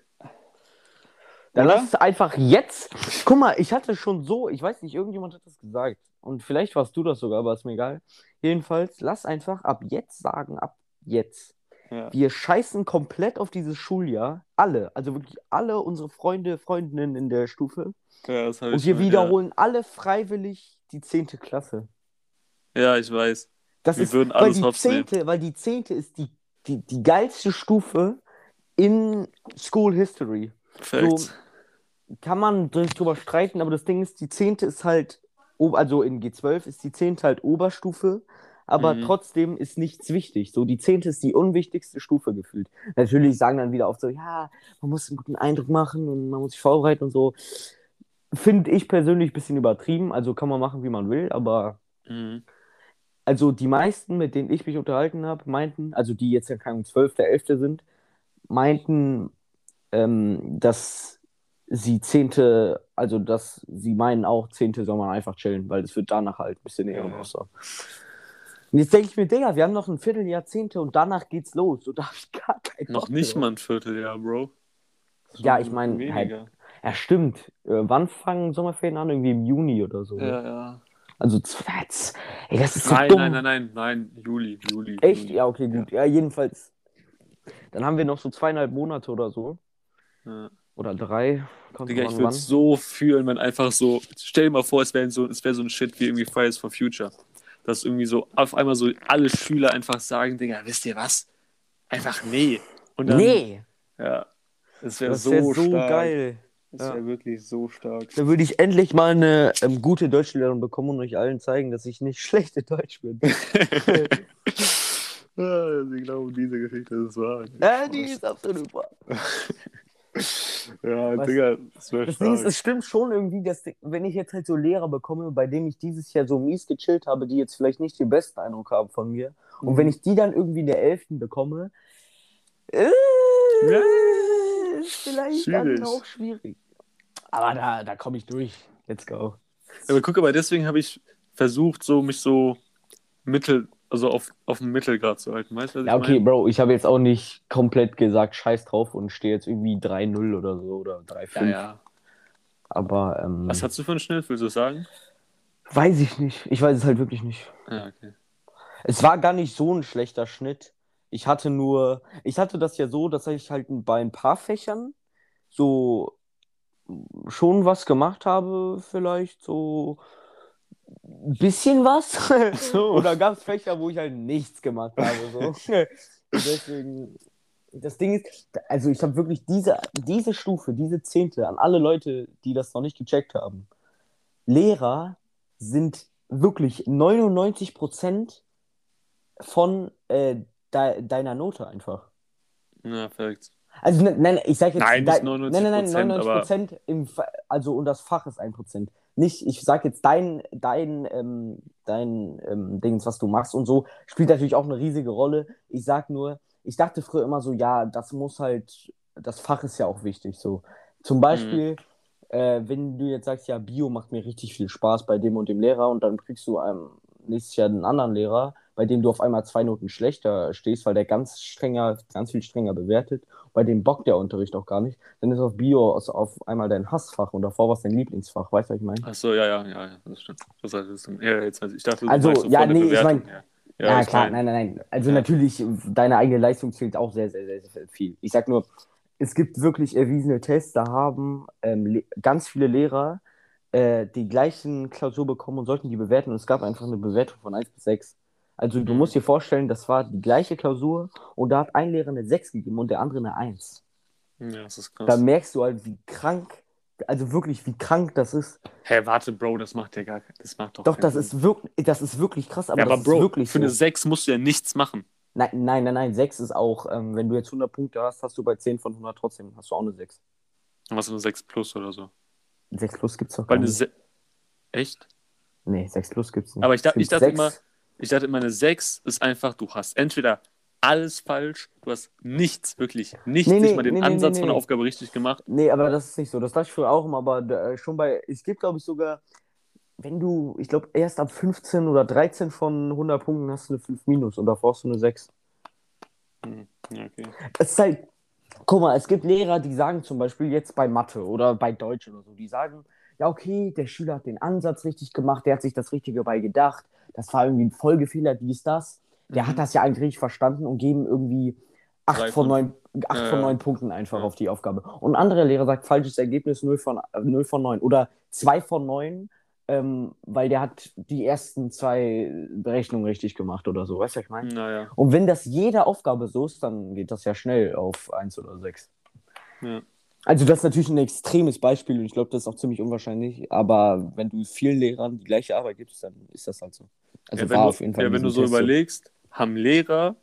Dann Oder? lass es einfach jetzt. Guck mal, ich hatte schon so, ich weiß nicht, irgendjemand hat das gesagt. Und vielleicht warst du das sogar, aber ist mir egal. Jedenfalls, lass einfach ab jetzt sagen, ab jetzt. Ja. Wir scheißen komplett auf dieses Schuljahr. Alle, also wirklich alle unsere Freunde, Freundinnen in der Stufe. Ja, das habe Und ich wir schon, wiederholen alle freiwillig die zehnte Klasse. ja. Ja, ich weiß. Das Wir ist, würden weil alles die hops nehmen. zehnte, weil die zehnte ist die, die, die geilste Stufe in School History. Facts. Kann man drüber streiten, aber das Ding ist, die zehnte ist halt, o- also in G zwölf ist die zehnte halt Oberstufe, aber Mhm. trotzdem ist nichts wichtig. So, die zehnte ist die unwichtigste Stufe gefühlt. Natürlich sagen dann wieder oft so, ja, man muss einen guten Eindruck machen und man muss sich vorbereiten und so. Finde ich persönlich ein bisschen übertrieben, also kann man machen, wie man will, aber Mhm. also die meisten, mit denen ich mich unterhalten habe, meinten, also die jetzt ja keine zwölfte, elfte sind, meinten, ähm, dass sie Zehnte, also dass sie meinen auch, Zehnte soll man einfach chillen, weil es wird danach halt ein bisschen Ja, ehrenlos. Ja. Und jetzt denke ich mir, Digga, wir haben noch ein Vierteljahrzehnte und danach geht's los. So, da habe ich gar keinen noch Bock nicht drauf. mal ein Vierteljahr, Bro. Schon Ja, ich meine, weniger. halt, ja, stimmt. Äh, wann fangen Sommerferien an? Irgendwie im Juni oder so. Ja, ja. Also, z- ey, das ist so Nein, dumm. nein, nein, nein, nein, Juli, Juli. Echt? Juli. Ja, okay, gut. Ja. ja, jedenfalls. Dann haben wir noch so zweieinhalb Monate oder so. Ja. Oder drei. Kommt Digga, drauf ich an, würde wann. so fühlen, wenn einfach so, stell dir mal vor, es wäre so, es wär so ein Shit wie irgendwie Fridays for Future. Dass irgendwie so auf einmal so alle Schüler einfach sagen, Digga, wisst ihr was? Einfach nee. Und dann, Nee! ja, es wäre Das wäre so so stark. geil. Es wäre Ja. wirklich so stark. Da würde ich endlich mal eine ähm, gute Deutschlehrerin bekommen und euch allen zeigen, dass ich nicht schlecht in Deutsch bin. Ja, sie glauben, diese Geschichte ist wahr. äh, die ist absolut wahr. Ja, Was? Digga, das wäre Das Ding ist, stark. es stimmt schon irgendwie, dass wenn ich jetzt halt so Lehrer bekomme, bei denen ich dieses Jahr so mies gechillt habe, die jetzt vielleicht nicht den besten Eindruck haben von mir, und wenn Mhm. ich die dann irgendwie in der elften bekomme, äh, Ja, ist vielleicht schwierig. dann auch schwierig. Aber da, da komme ich durch. Let's go. Aber guck, aber deswegen habe ich versucht, so mich so mittel, also auf, auf dem Mittelgrad zu halten. Weißt du, was Ja, ich okay, meine? Bro, ich habe jetzt auch nicht komplett gesagt, scheiß drauf und stehe jetzt irgendwie drei null oder so oder drei Ja, fünf. ja. Aber, ähm, Was hast du für einen Schnitt, willst du sagen? weiß ich nicht. Ich weiß es halt wirklich nicht. Ja, okay. Es war gar nicht so ein schlechter Schnitt. Ich hatte nur, ich hatte das ja so, dass ich halt bei ein paar Fächern so schon was gemacht habe, vielleicht so ein bisschen was. So. Oder gab es Fächer, wo ich halt nichts gemacht habe. So. Und deswegen, das Ding ist, also ich habe wirklich diese, diese Stufe, diese Zehnte an alle Leute, die das noch nicht gecheckt haben. Lehrer sind wirklich neunundneunzig Prozent von äh, de deiner Note einfach. Ja, perfekt. Also ne, nein, ich sage jetzt, Nein, dein, nicht nein, neunundneunzig nein, nein, Prozent, neunundneunzig aber Prozent im, Fa- also und das Fach ist ein Prozent. Nicht, ich sage jetzt dein, dein, ähm, dein ähm, Dings, was du machst und so, spielt natürlich auch eine riesige Rolle. Ich sag nur, ich dachte früher immer so, ja, das muss halt, das Fach ist ja auch wichtig. So. Zum mhm. Beispiel, äh, wenn du jetzt sagst, ja, Bio macht mir richtig viel Spaß bei dem und dem Lehrer und dann kriegst du ähm, nächstes Jahr einen anderen Lehrer, bei dem du auf einmal zwei Noten schlechter stehst, weil der ganz strenger, ganz viel strenger bewertet. Bei dem bockt der Unterricht auch gar nicht. Dann ist auf Bio aus- auf einmal dein Hassfach und davor war es dein Lieblingsfach. Weißt du, was ich meine? Achso, ja, ja, ja, ja, das stimmt. Das heißt, das stimmt. Ja, jetzt weiß ich. Ich dachte, du Also, meinst so ja, von der nee, ich Bewertung meine, her. Ja, ja, ich klar, meine, nein, nein, nein. Also ja. natürlich, deine eigene Leistung zählt auch sehr, sehr, sehr, sehr viel. Ich sag nur, es gibt wirklich erwiesene Tests, da haben ähm, le- ganz viele Lehrer äh, die gleichen Klausur bekommen und sollten die bewerten und es gab einfach eine Bewertung von eins bis sechs. Also du Mhm. musst dir vorstellen, das war die gleiche Klausur und da hat ein Lehrer eine sechs gegeben und der andere eine eins. Ja, das ist Da krass. merkst du halt, wie krank, also wirklich, wie krank das ist. Hä, hey, warte, Bro, das macht ja gar das macht doch Doch, keinen das Sinn. ist wirklich, das ist wirklich krass, aber Ja, das aber ist Bro, wirklich für eine so. sechs musst du ja nichts machen. Nein, nein, nein, nein, sechs ist auch, ähm, wenn du jetzt hundert Punkte hast, hast du bei zehn von hundert trotzdem, hast du auch eine sechs. Was eine sechs plus oder so. sechs plus gibt's doch Weil gar eine nicht. Se Echt? Nee, sechs plus gibt's nicht. Aber ich, Es da, ich gibt dachte sechs. immer, ich dachte immer, eine sechs ist einfach, du hast entweder alles falsch, du hast nichts, wirklich nichts, Nee, nicht nee, mal den nee, nee, Ansatz nee, von der nee. Aufgabe richtig gemacht. Nee, aber das ist nicht so. Das dachte ich früher auch immer, aber äh, schon bei, es gibt, glaube ich, sogar, wenn du, ich glaube, erst ab fünfzehn oder dreizehn von hundert Punkten hast du eine fünf minus und davor hast du eine sechs. Hm, ja, okay. Es ist halt, guck mal, es gibt Lehrer, die sagen zum Beispiel jetzt bei Mathe oder bei Deutsch oder so, die sagen, ja, okay, der Schüler hat den Ansatz richtig gemacht, der hat sich das Richtige bei gedacht, das war irgendwie ein Folgefehler, dies, das. Der Mhm. hat das ja eigentlich richtig verstanden und geben irgendwie acht Drei von von- neun, acht Ja, von ja. neun Punkten einfach Ja. auf die Aufgabe. Und ein anderer Lehrer sagt, falsches Ergebnis, null von, äh, null von neun oder zwei von neun, ähm, weil der hat die ersten zwei Berechnungen richtig gemacht oder so, weißt du, was ich meine? Naja. Und wenn das jede Aufgabe so ist, dann geht das ja schnell auf eins oder sechs. Ja. Also das ist natürlich ein extremes Beispiel und ich glaube, das ist auch ziemlich unwahrscheinlich, aber wenn du vielen Lehrern die gleiche Arbeit gibst, dann ist das halt so. Also Ja, wenn war du, auf jeden Fall ja, in wenn du diesem so Test überlegst, haben Lehrer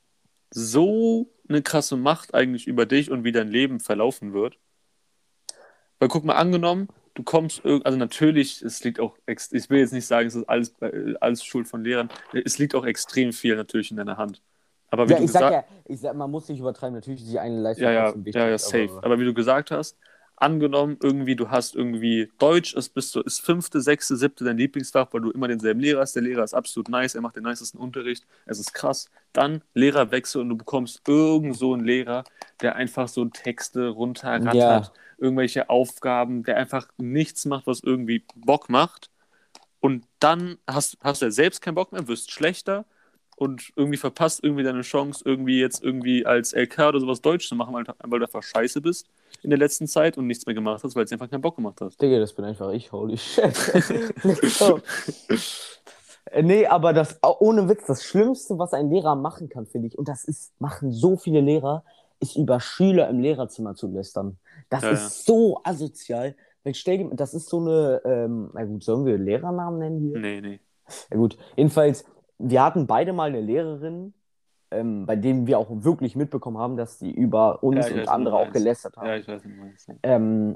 so eine krasse Macht eigentlich über dich und wie dein Leben verlaufen wird. Weil guck mal, angenommen, du kommst, irg- also natürlich, es liegt auch, ex- ich will jetzt nicht sagen, es ist alles, äh, alles Schuld von Lehrern, es liegt auch extrem viel natürlich in deiner Hand. Aber wie Ja, du ich sag gesagt ja, ich sag, man muss nicht übertreiben, natürlich ist die eine Leistung Ja, ja, trotzdem ja, ja, wichtig, safe. aber Aber wie du gesagt hast, angenommen, irgendwie, du hast irgendwie Deutsch, ist, bist du, ist fünfte, sechste, siebte dein Lieblingsfach, weil du immer denselben Lehrer hast. Der Lehrer ist absolut nice, er macht den nicesten Unterricht, es ist krass. Dann Lehrerwechsel und du bekommst irgend so einen Lehrer, der einfach so Texte runterrattert, ja, irgendwelche Aufgaben, der einfach nichts macht, was irgendwie Bock macht. Und dann hast, hast du ja selbst keinen Bock mehr, wirst schlechter und irgendwie verpasst irgendwie deine Chance, irgendwie jetzt irgendwie als L K oder sowas Deutsch zu machen, weil, weil du einfach scheiße bist in der letzten Zeit und nichts mehr gemacht hast, weil es einfach keinen Bock gemacht hast. Digga, das bin einfach ich, holy shit. Let's go. Äh, Nee, aber das, ohne Witz, das Schlimmste, was ein Lehrer machen kann, finde ich, und das ist, machen so viele Lehrer, ist über Schüler im Lehrerzimmer zu lästern. Das Ja, ja. ist so asozial. Weil stell dir, das ist so eine, ähm, na gut, sollen wir Lehrernamen nennen hier? Nee, nee. Ja gut, jedenfalls, wir hatten beide mal eine Lehrerin, ähm, bei dem wir auch wirklich mitbekommen haben, dass sie über Ja, uns ich und weiß, was du andere auch meinst. gelästert Ja, haben. ich weiß, was du meinst. Ja. Ähm,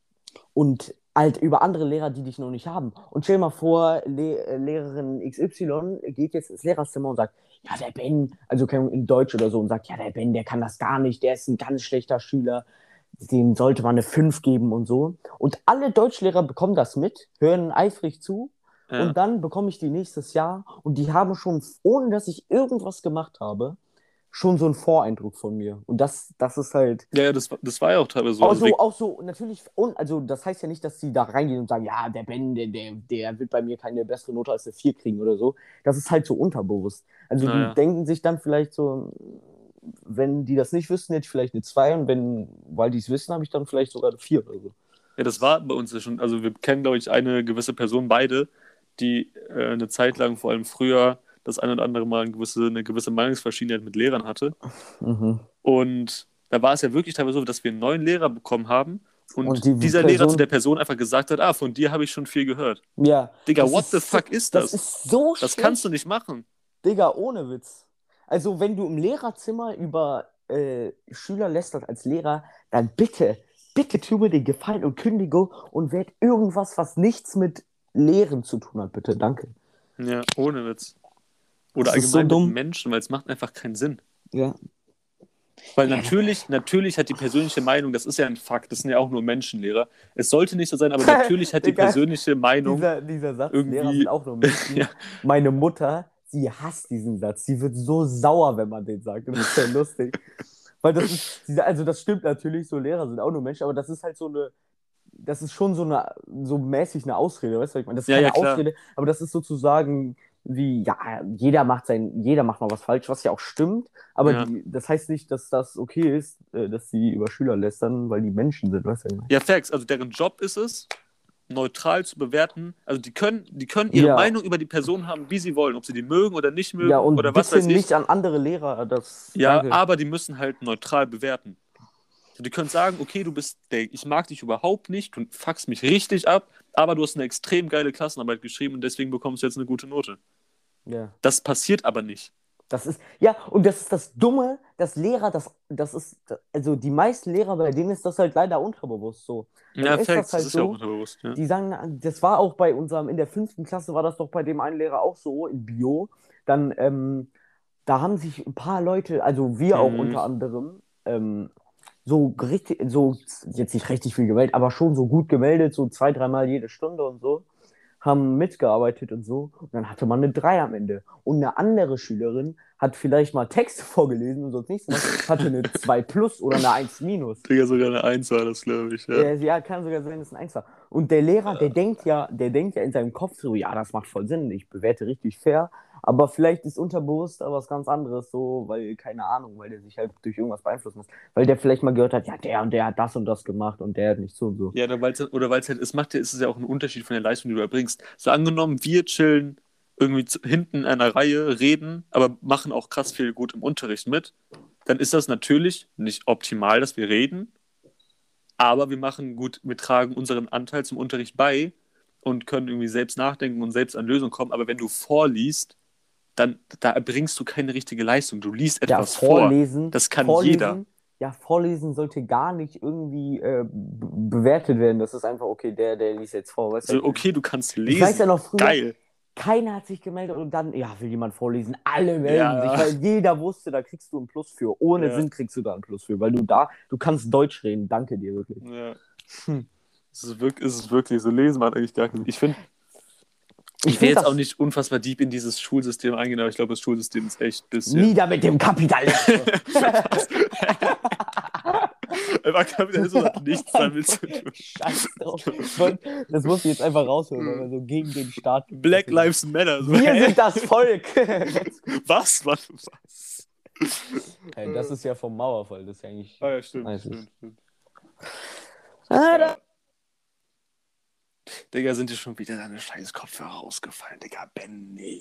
und halt über andere Lehrer, die dich noch nicht haben. Und stell dir mal vor, Le äh, Lehrerin X Y geht jetzt ins Lehrerzimmer und sagt, ja, der Ben, also in Deutsch oder so, und sagt, ja, der Ben, der kann das gar nicht, der ist ein ganz schlechter Schüler, dem sollte man eine fünf geben und so. Und alle Deutschlehrer bekommen das mit, hören eifrig zu Ja, und dann bekomme ich die nächstes Jahr und die haben schon, ohne dass ich irgendwas gemacht habe, schon so einen Voreindruck von mir. Und das, das ist halt, ja, ja, das, war- das war ja auch teilweise so. auch Also wir, so, auch so, natürlich, und, also das heißt ja nicht, dass sie da reingehen und sagen, ja, der Ben, der, der, der wird bei mir keine bessere Note als eine vier kriegen oder so. Das ist halt so unterbewusst. Also die naja. denken sich dann vielleicht so, wenn die das nicht wüssten, hätte ich vielleicht eine zwei und wenn, weil die es wissen, habe ich dann vielleicht sogar eine vier oder so. Ja, das war bei uns ja schon. Also wir kennen, glaube ich, eine gewisse Person, beide, die äh, eine Zeit lang, vor allem früher, das ein oder andere Mal eine gewisse, eine gewisse Meinungsverschiedenheit mit Lehrern hatte. Mhm. Und da war es ja wirklich teilweise so, dass wir einen neuen Lehrer bekommen haben und Und die dieser Lehrer zu der Person, Person einfach gesagt hat, ah, von dir habe ich schon viel gehört. ja, Digga, das what the ist so, fuck ist das das? ist so Das kannst du schlecht, nicht machen. Digga, ohne Witz. Also, wenn du im Lehrerzimmer über äh, Schüler lästerst als Lehrer, dann bitte, bitte tu mir den Gefallen und kündige und werd irgendwas, was nichts mit Lehren zu tun hat, bitte. Danke. Ja, ohne Witz. Oder Das ist so allgemein mit dumm. Menschen, weil es macht einfach keinen Sinn. Ja. Weil Ja. natürlich, natürlich hat die persönliche Meinung, das ist ja ein Fakt, das sind ja auch nur Menschenlehrer. Es sollte nicht so sein, aber natürlich hat die Digga, persönliche Meinung dieser, dieser Satz, Lehrer sind irgendwie, auch nur Menschen. ja, Meine Mutter, sie hasst diesen Satz. Sie wird so sauer, wenn man den sagt. Und das ist so lustig. Weil das ist, diese- also das stimmt natürlich, so Lehrer sind auch nur Menschen, aber das ist halt so eine, das ist schon so eine, so mäßig eine Ausrede, weißt du, was ich meine? Das ist ja, ja, keine klar. Ausrede, aber das ist sozusagen wie, ja, jeder macht sein, jeder macht mal was falsch, was ja auch stimmt, aber Ja. die, das heißt nicht, dass das okay ist, äh, dass sie über Schüler lästern, weil die Menschen sind, weißt du, was ich meine? Ja, Facts, also deren Job ist es, neutral zu bewerten. Also die können, die können ihre Ja, Meinung über die Person haben, wie sie wollen, ob sie die mögen oder nicht ja, mögen und oder was bitte weiß ich. nicht an andere Lehrer, das, Ja, danke. aber die müssen halt neutral bewerten. Also die können sagen, okay, du bist, der, ich mag dich überhaupt nicht, du fuckst mich richtig ab, aber du hast eine extrem geile Klassenarbeit geschrieben und deswegen bekommst du jetzt eine gute Note. Ja. Das passiert aber nicht. Das ist, ja, und das ist das Dumme, dass Lehrer, das, das ist, also die meisten Lehrer, bei denen ist das halt leider unterbewusst so. Dann Ja, ist das Facts, das halt ist ja auch so, unterbewusst, ja. die sagen, das war auch bei unserem, in der fünften Klasse war das doch bei dem einen Lehrer auch so, in Bio. Dann, ähm, da haben sich ein paar Leute, also wir auch Mhm. unter anderem, ähm, so richtig, so jetzt nicht richtig viel gemeldet, aber schon so gut gemeldet, so zwei, dreimal jede Stunde und so, haben mitgearbeitet und so. Und dann hatte man eine drei am Ende. Und eine andere Schülerin hat vielleicht mal Texte vorgelesen und sonst nichts gemacht, hatte eine zwei plus oder eine eins minus. Digga, sogar eine Eins war das, glaube ich, ja. Ja, ja, kann sogar sein, dass es ein Eins war. Und der Lehrer, der denkt ja, der denkt ja in seinem Kopf so, ja, das macht voll Sinn, ich bewerte richtig fair, aber vielleicht ist unterbewusst aber was ganz anderes, so, weil, keine Ahnung, weil der sich halt durch irgendwas beeinflussen muss. Weil der vielleicht mal gehört hat, ja, der und der hat das und das gemacht und der hat nicht so und so. Ja, oder weil es oder weil's halt, es macht ja, ist es ja auch ein Unterschied von der Leistung, die du erbringst. So angenommen, wir chillen irgendwie zu, hinten in einer Reihe, reden, aber machen auch krass viel gut im Unterricht mit, dann ist das natürlich nicht optimal, dass wir reden, aber wir machen gut, wir tragen unseren Anteil zum Unterricht bei und können irgendwie selbst nachdenken und selbst an Lösungen kommen. Aber wenn du vorliest, dann da erbringst du keine richtige Leistung. Du liest Ja, etwas vor. vorlesen, Das kann jeder. vorlesen, ja, vorlesen sollte gar nicht irgendwie äh, be- bewertet werden. Das ist einfach, okay, der, der liest jetzt vor, weißt du? So, okay, du kannst Ich weiß ja lesen. noch früher, Geil. Keiner hat sich gemeldet und dann, ja, will jemand vorlesen? Alle melden Ja, sich, ja. weil jeder wusste, da kriegst du einen Plus für. Ohne Ja. Sinn kriegst du da einen Plus für, weil du da, du kannst Deutsch reden. Danke dir wirklich. Ja. Hm. Es ist wirklich, es ist wirklich so, lesen macht eigentlich gar keinen. Ich finde, Ich ich will find jetzt das auch nicht unfassbar deep in dieses Schulsystem eingehen, aber ich glaube, das Schulsystem ist echt ein bisschen. nieder mit dem Kapitalismus. Einfach Kapitalismus hat nichts damit zu tun. Scheiß drauf. Ich wollt- Das muss ich jetzt einfach rausholen, weil wir so gegen den Staat. Black Lives Matter. So, Wir hä? sind das Volk. Was? Was? Was? Hey, das ist ja vom Mauerfall, das ist ja eigentlich. Ah ja, stimmt, Weiß ich. stimmt, stimmt. Ah, da- Digga, sind dir schon wieder deine scheiß Kopfhörer rausgefallen, Digga, Benny.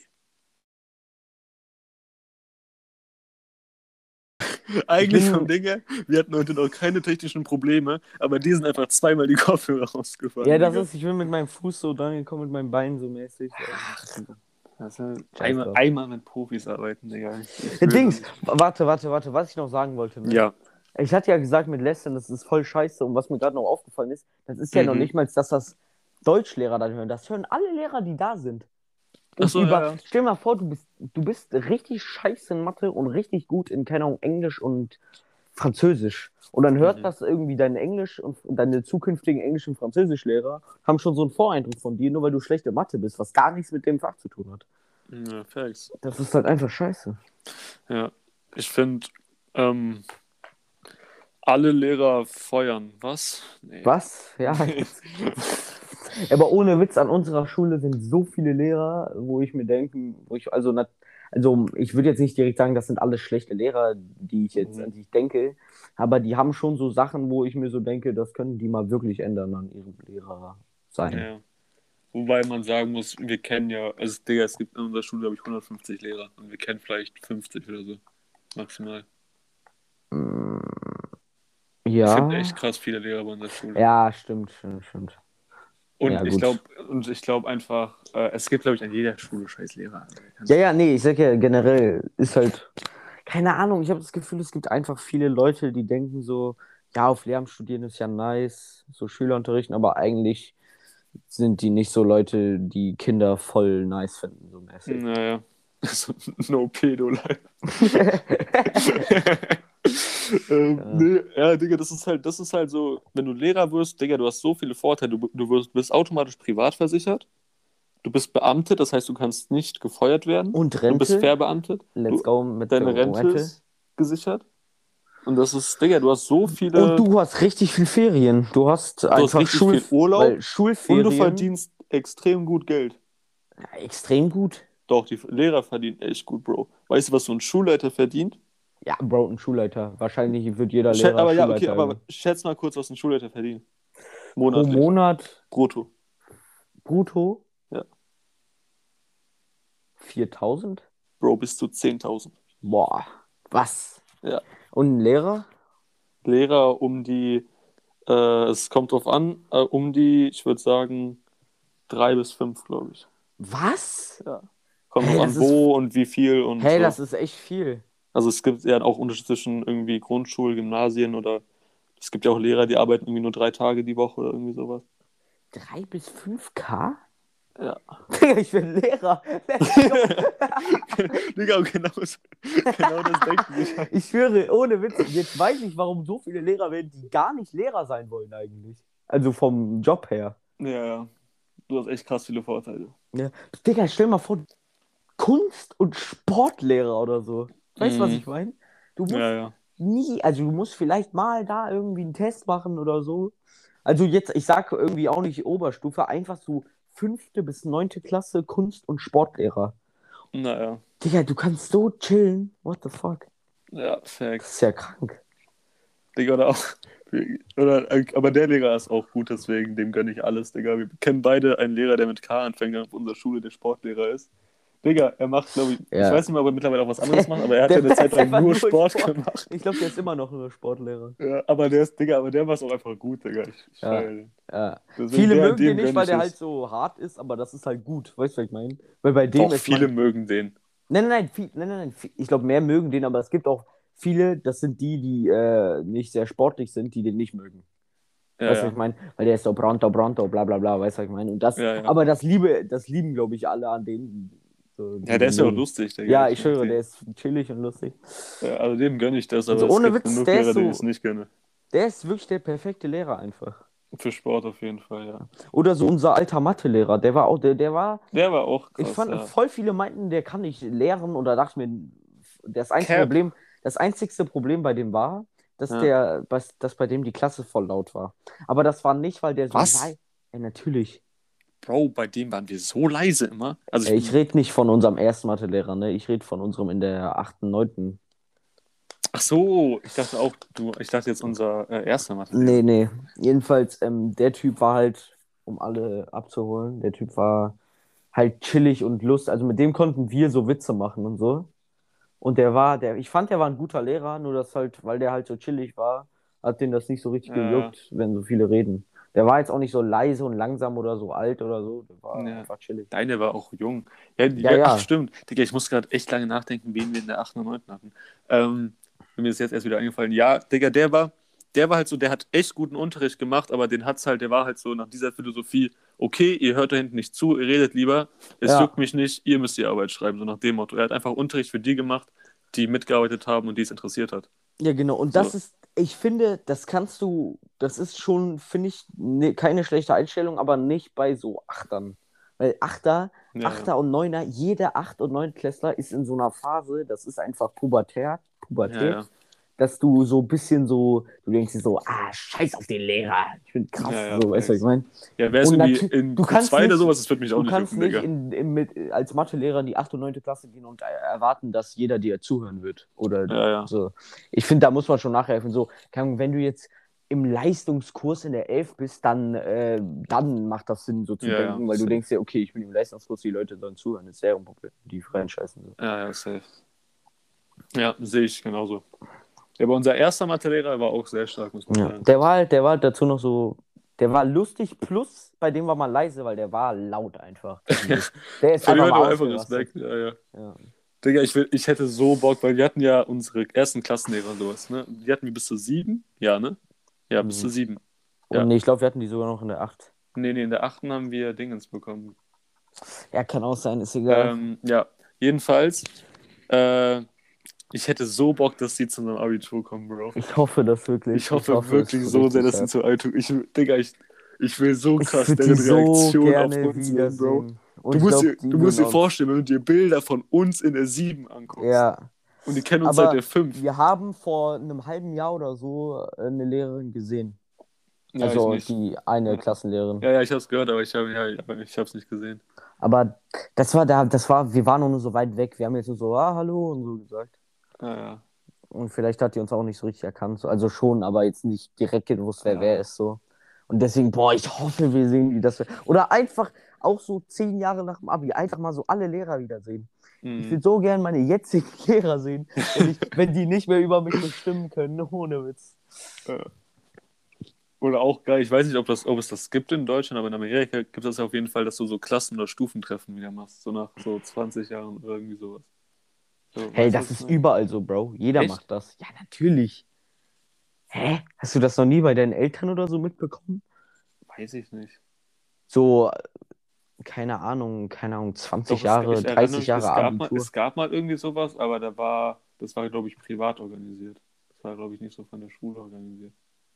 Eigentlich bin- vom Digga, wir hatten heute noch keine technischen Probleme, aber die sind einfach zweimal die Kopfhörer rausgefallen. Ja, das Digga. ist, ich bin mit meinem Fuß so dran gekommen, mit meinem Bein so mäßig. Das ist Scheiß einmal, drauf. einmal mit Profis arbeiten, Digga. Ich Der will Dings, das warte, warte, warte, was ich noch sagen wollte. Ne? nicht. Ja. Ich hatte ja gesagt mit Lästern, das ist voll scheiße. Und was mir gerade noch aufgefallen ist, das ist ja Mhm. noch nicht mal, dass das Deutschlehrer dann hören. Das hören alle Lehrer, die da sind. Und Ach so, über, ja, ja. Stell dir mal vor, du bist, du bist richtig scheiße in Mathe und richtig gut in, keine Ahnung, Englisch und Französisch. Und dann hört Mhm. das irgendwie dein Englisch und deine zukünftigen Englisch- und Französischlehrer haben schon so einen Voreindruck von dir, nur weil du schlechte Mathe bist, was gar nichts mit dem Fach zu tun hat. Ja, Facts. Das ist halt einfach scheiße. Ja. Ich finde, ähm, alle Lehrer feuern. Was? Nee. Was? Ja. Aber ohne Witz, an unserer Schule sind so viele Lehrer, wo ich mir denke, wo ich, also, nat- also ich würde jetzt nicht direkt sagen, das sind alles schlechte Lehrer, die ich jetzt, Mhm. an die ich denke, aber die haben schon so Sachen, wo ich mir so denke, das können die mal wirklich ändern an ihrem Lehrer sein. Ja. Wobei man sagen muss, wir kennen ja, also Digga, es gibt in unserer Schule, glaube ich, hundertfünfzig Lehrer und wir kennen vielleicht fünfzig oder so. Maximal. Mm, Es Ja. gibt echt krass viele Lehrer bei unserer Schule. Ja, stimmt, stimmt, stimmt. Und Ja, ich gut. glaube, und ich glaube einfach, äh, es gibt, glaube ich, an jeder Schule scheiß Lehrer. Ja, ja, nee, ich sag ja generell, ist halt, keine Ahnung, ich habe das Gefühl, es gibt einfach viele Leute, die denken so, ja, auf Lehramt studieren ist ja nice, so Schüler unterrichten, aber eigentlich sind die nicht so Leute, die Kinder voll nice finden, so mäßig. Naja. So, no pedo life. ähm, Ja. Nee, ja, Digga, das ist halt, das ist halt so, wenn du Lehrer wirst, Digga, du hast so viele Vorteile. Du, du wirst, bist automatisch privat versichert. Du bist beamtet, das heißt, du kannst nicht gefeuert werden. Und Du bist Rente, verbeamtet. let's Du, go mit deine der Rente ist gesichert. Und das ist, Digga, du hast so viele. Und du hast richtig viel Ferien. Du hast du hast einfach richtig Schul viel Urlaub weil und Schulferien. du verdienst extrem gut Geld. Ja, extrem gut. Doch, die Lehrer verdienen echt gut, Bro. Weißt du, was so ein Schulleiter verdient? Ja, Bro, ein Schulleiter. Wahrscheinlich wird jeder Schä- Lehrer aber ja, Schulleiter. okay, aber werden. schätz mal kurz, was ein Schulleiter verdient. Pro Monatlich. Monat Brutto. brutto Ja. viertausend? Bro, bis zu zehntausend. Boah, was? Ja. Und ein Lehrer? Lehrer um die, äh, es kommt drauf an, äh, um die, ich würde sagen, drei bis fünf, glaube ich. Was? Ja. Kommt Hey, drauf das an, wo und wie viel und Hey, so. das ist echt viel. Also es gibt ja auch Unterschied zwischen irgendwie Grundschul, Gymnasien oder es gibt ja auch Lehrer, die arbeiten irgendwie nur drei Tage die Woche oder irgendwie sowas. drei bis fünf K? Ja. Ich bin Lehrer. Digga, genau, so- genau das denken sich halt. Ich schwöre, ohne Witz, jetzt weiß ich, warum so viele Lehrer werden, die gar nicht Lehrer sein wollen eigentlich. Also vom Job her. Ja, ja. Du hast echt krass viele Vorteile. Ja. Digga, stell mal vor, Kunst- und Sportlehrer oder so. Weißt du, was Mhm. ich meine? Du musst Ja, ja. nie, also du musst vielleicht mal da irgendwie einen Test machen oder so. Also jetzt, ich sage irgendwie auch nicht Oberstufe, einfach so fünfte bis neunte Klasse Kunst- und Sportlehrer. Naja. Digga, du kannst so chillen. What the fuck? Ja, Das Facts. ist ja krank. Digga, oder auch. Oder, aber der Lehrer ist auch gut, deswegen dem gönne ich alles, Digga. Wir kennen beide einen Lehrer, der mit K anfängt, der auf unserer Schule der Sportlehrer ist. Digga, er macht, glaube ich, Ja. ich weiß nicht mehr, ob er mittlerweile auch was anderes macht, aber er hat Der ja eine Zeit ist lang einfach nur nur Sport, Sport. gemacht. Ich glaube, der ist immer noch nur Sportlehrer. Ja, aber der ist, Digga, aber der macht auch einfach gut, Digga. Ich, ich Ja. feiere den. Ja. Deswegen Viele der- mögen dem den nicht, gönn weil ich der es. halt so hart ist, aber das ist halt gut. Weißt du, was ich meine? Weil bei dem Doch, ist viele man... mögen den. Nein, nein, nein, viel, nein, nein, nein. viel- Ich glaube, mehr mögen den, aber es gibt auch viele, das sind die, die äh, nicht sehr sportlich sind, die den nicht mögen. Ja, Weißt du, was ich ja. meine? Weil der ist so pronto, pronto, bla bla bla, weißt du, was ich meine? Und das, Ja, ja. aber das liebe, das lieben, glaube ich, alle an denen, so, Ja, die der den ist ja auch mögen. lustig, Digga. Ja, Ich ich mag schwöre, der den. ist chillig und lustig. Ja, also dem gönne ich das, aber Also es ohne gibt Witz, genug der Lehrer, ist denen ich es so, nicht gönne. der ist wirklich der perfekte Lehrer einfach. Für Sport auf jeden Fall, ja. Oder so unser alter Mathelehrer, der war auch, der, der war, Der war auch ich krass, fand, ja. voll viele meinten, der kann nicht lehren oder dachte mir, das einzige Cap. Problem, das einzigste Problem bei dem war, dass Ja. der, dass, dass bei dem die Klasse voll laut war. Aber das war nicht, weil der so Was? leise, ja, natürlich. Bro, bei dem waren wir so leise immer. Also Äh, ich, Ich rede nicht von unserem ersten Mathelehrer, ne? Ich rede von unserem in der achten, neunten. ach so, ich dachte auch, du, ich dachte jetzt unser äh, erster Nee, Mathelehrer. nee. Jedenfalls, ähm, der Typ war halt, um alle abzuholen, der Typ war halt chillig und lust. Also mit dem konnten wir so Witze machen und so. Und der war, der, ich fand, der war ein guter Lehrer, nur dass halt, weil der halt so chillig war, hat den das nicht so richtig Ja, gejuckt, wenn so viele reden. Der war jetzt auch nicht so leise und langsam oder so alt oder so. Der war ja. einfach chillig. Deine war auch jung. Ja, Ja, ja, ach ja. stimmt. Digga, ich muss gerade echt lange nachdenken, wen wir in der achten und neunten hatten. Ähm, mir ist jetzt erst wieder eingefallen. Ja, Digga, der war, der war halt so, der hat echt guten Unterricht gemacht, aber den hat's halt, der war halt so nach dieser Philosophie, okay, ihr hört da hinten nicht zu, ihr redet lieber, es juckt Ja. mich nicht, ihr müsst die Arbeit schreiben, so nach dem Motto. Er hat einfach Unterricht für die gemacht, die mitgearbeitet haben und die es interessiert hat. Ja, genau. Und das So. ist, ich finde, das kannst du, das ist schon, finde ich, ne, keine schlechte Einstellung, aber nicht bei so Achtern. Weil Achter, Ja, ja. Achter und Neuner, jeder Acht- und Neunklässler ist in so einer Phase, das ist einfach Pubertät, Ja, Pubertät, ja. dass du so ein bisschen so, du denkst dir so, ah, scheiß auf den Lehrer. Ich bin Ja, krass, ja, so, weißt du, was ich Facts. meine? Ja, wäre es Und irgendwie natürlich, in du kannst Q zwei oder nicht, sowas, das würde mich auch du nicht kannst jucken, nicht Digga. in, in, mit, als Mathelehrer in die achte und neunte Klasse gehen und erwarten, dass jeder dir zuhören wird. Oder Ja, ja. so. Ich finde, da muss man schon nachhelfen. So, keine Ahnung, wenn du jetzt im Leistungskurs in der elf bist, dann, äh, dann macht das Sinn, so zu Ja, ja, denken, weil du safe. denkst dir, okay, ich bin im Leistungskurs, die Leute sollen zuhören, das ist deren Problem, die freien Scheißen. So. Ja, ja, safe. Ja, sehe ich genauso. Ja, aber unser erster Mathelehrer war auch sehr stark, muss man Ja, sagen. der war halt, der war halt dazu noch so, der war lustig, plus bei dem war man leise, weil der war laut einfach. zwischendurch. Der ist Vor dem einfach hat mal man einfach ausgerastet. Respekt. Ja, ja. Ja. Digga, ich, will, ich hätte so Bock, weil wir hatten ja unsere ersten Klassenlehrer und sowas, ne? Die hatten wir bis zu sieben? Ja, ne? Ja, bis zu Mhm. sieben. Und Ja. nee, ich glaube, wir hatten die sogar noch in der acht. Nee, nee, in der achten haben wir Dingens bekommen. Ja, kann auch sein, ist egal. Ähm, ja, jedenfalls, äh, ich hätte so Bock, dass die zu einem Abitur kommen, Bro. Ich hoffe das wirklich. Ich Ich hoffe hoffe wirklich es so sehr, richtig dass sie hart. zu Abitur. Ich, Digga, ich, ich will so Ich krass würde die deren so Reaktion auf gerne uns sehen, Bro. wiedersehen. Du Und ich musst glaube, dir, die du musst würden dir uns. vorstellen, wenn du dir Bilder von uns in der sieben anguckst. Ja. Und die kennen uns seit der Aber fünf. wir haben vor einem halben Jahr oder so eine Lehrerin gesehen. Ja, ich Also nicht. die eine Ja, Klassenlehrerin. ja, ja, ich hab's gehört, aber ich habe ja, aber ich hab's nicht gesehen. Aber das war da, das war, wir waren nur so weit weg. Wir haben jetzt nur so, ah, hallo und so gesagt. Ja, ja. Und vielleicht hat die uns auch nicht so richtig erkannt. So. Also schon, aber jetzt nicht direkt gewusst, wer wer Ja. ist so. Und deswegen, boah, ich hoffe, wir sehen die das. Oder einfach auch so zehn Jahre nach dem Abi, einfach mal so alle Lehrer wiedersehen. Ich Mhm. würde so gern meine jetzigen Lehrer sehen, wenn, ich, wenn die nicht mehr über mich bestimmen können, ohne Witz. Ja. Oder auch geil, ich weiß nicht, ob, das, ob es das gibt in Deutschland, aber in Amerika gibt es das ja auf jeden Fall, dass du so Klassen- oder Stufentreffen wieder machst. So nach so zwanzig Jahren oder irgendwie sowas. So, Hey, weißt du, was das ich ist meine? überall so, Bro. Jeder Echt? macht das. Ja, natürlich. Hä? Hast du das noch nie bei deinen Eltern oder so mitbekommen? Weiß ich nicht. So, keine Ahnung, keine Ahnung, Doch, zwanzig es, Jahre, ich erinnere dreißig mich, Jahre es gab mal, Abitur. es gab mal irgendwie sowas, aber da war, das war, glaube ich, privat organisiert. Das war, glaube ich, nicht so von der Schule organisiert.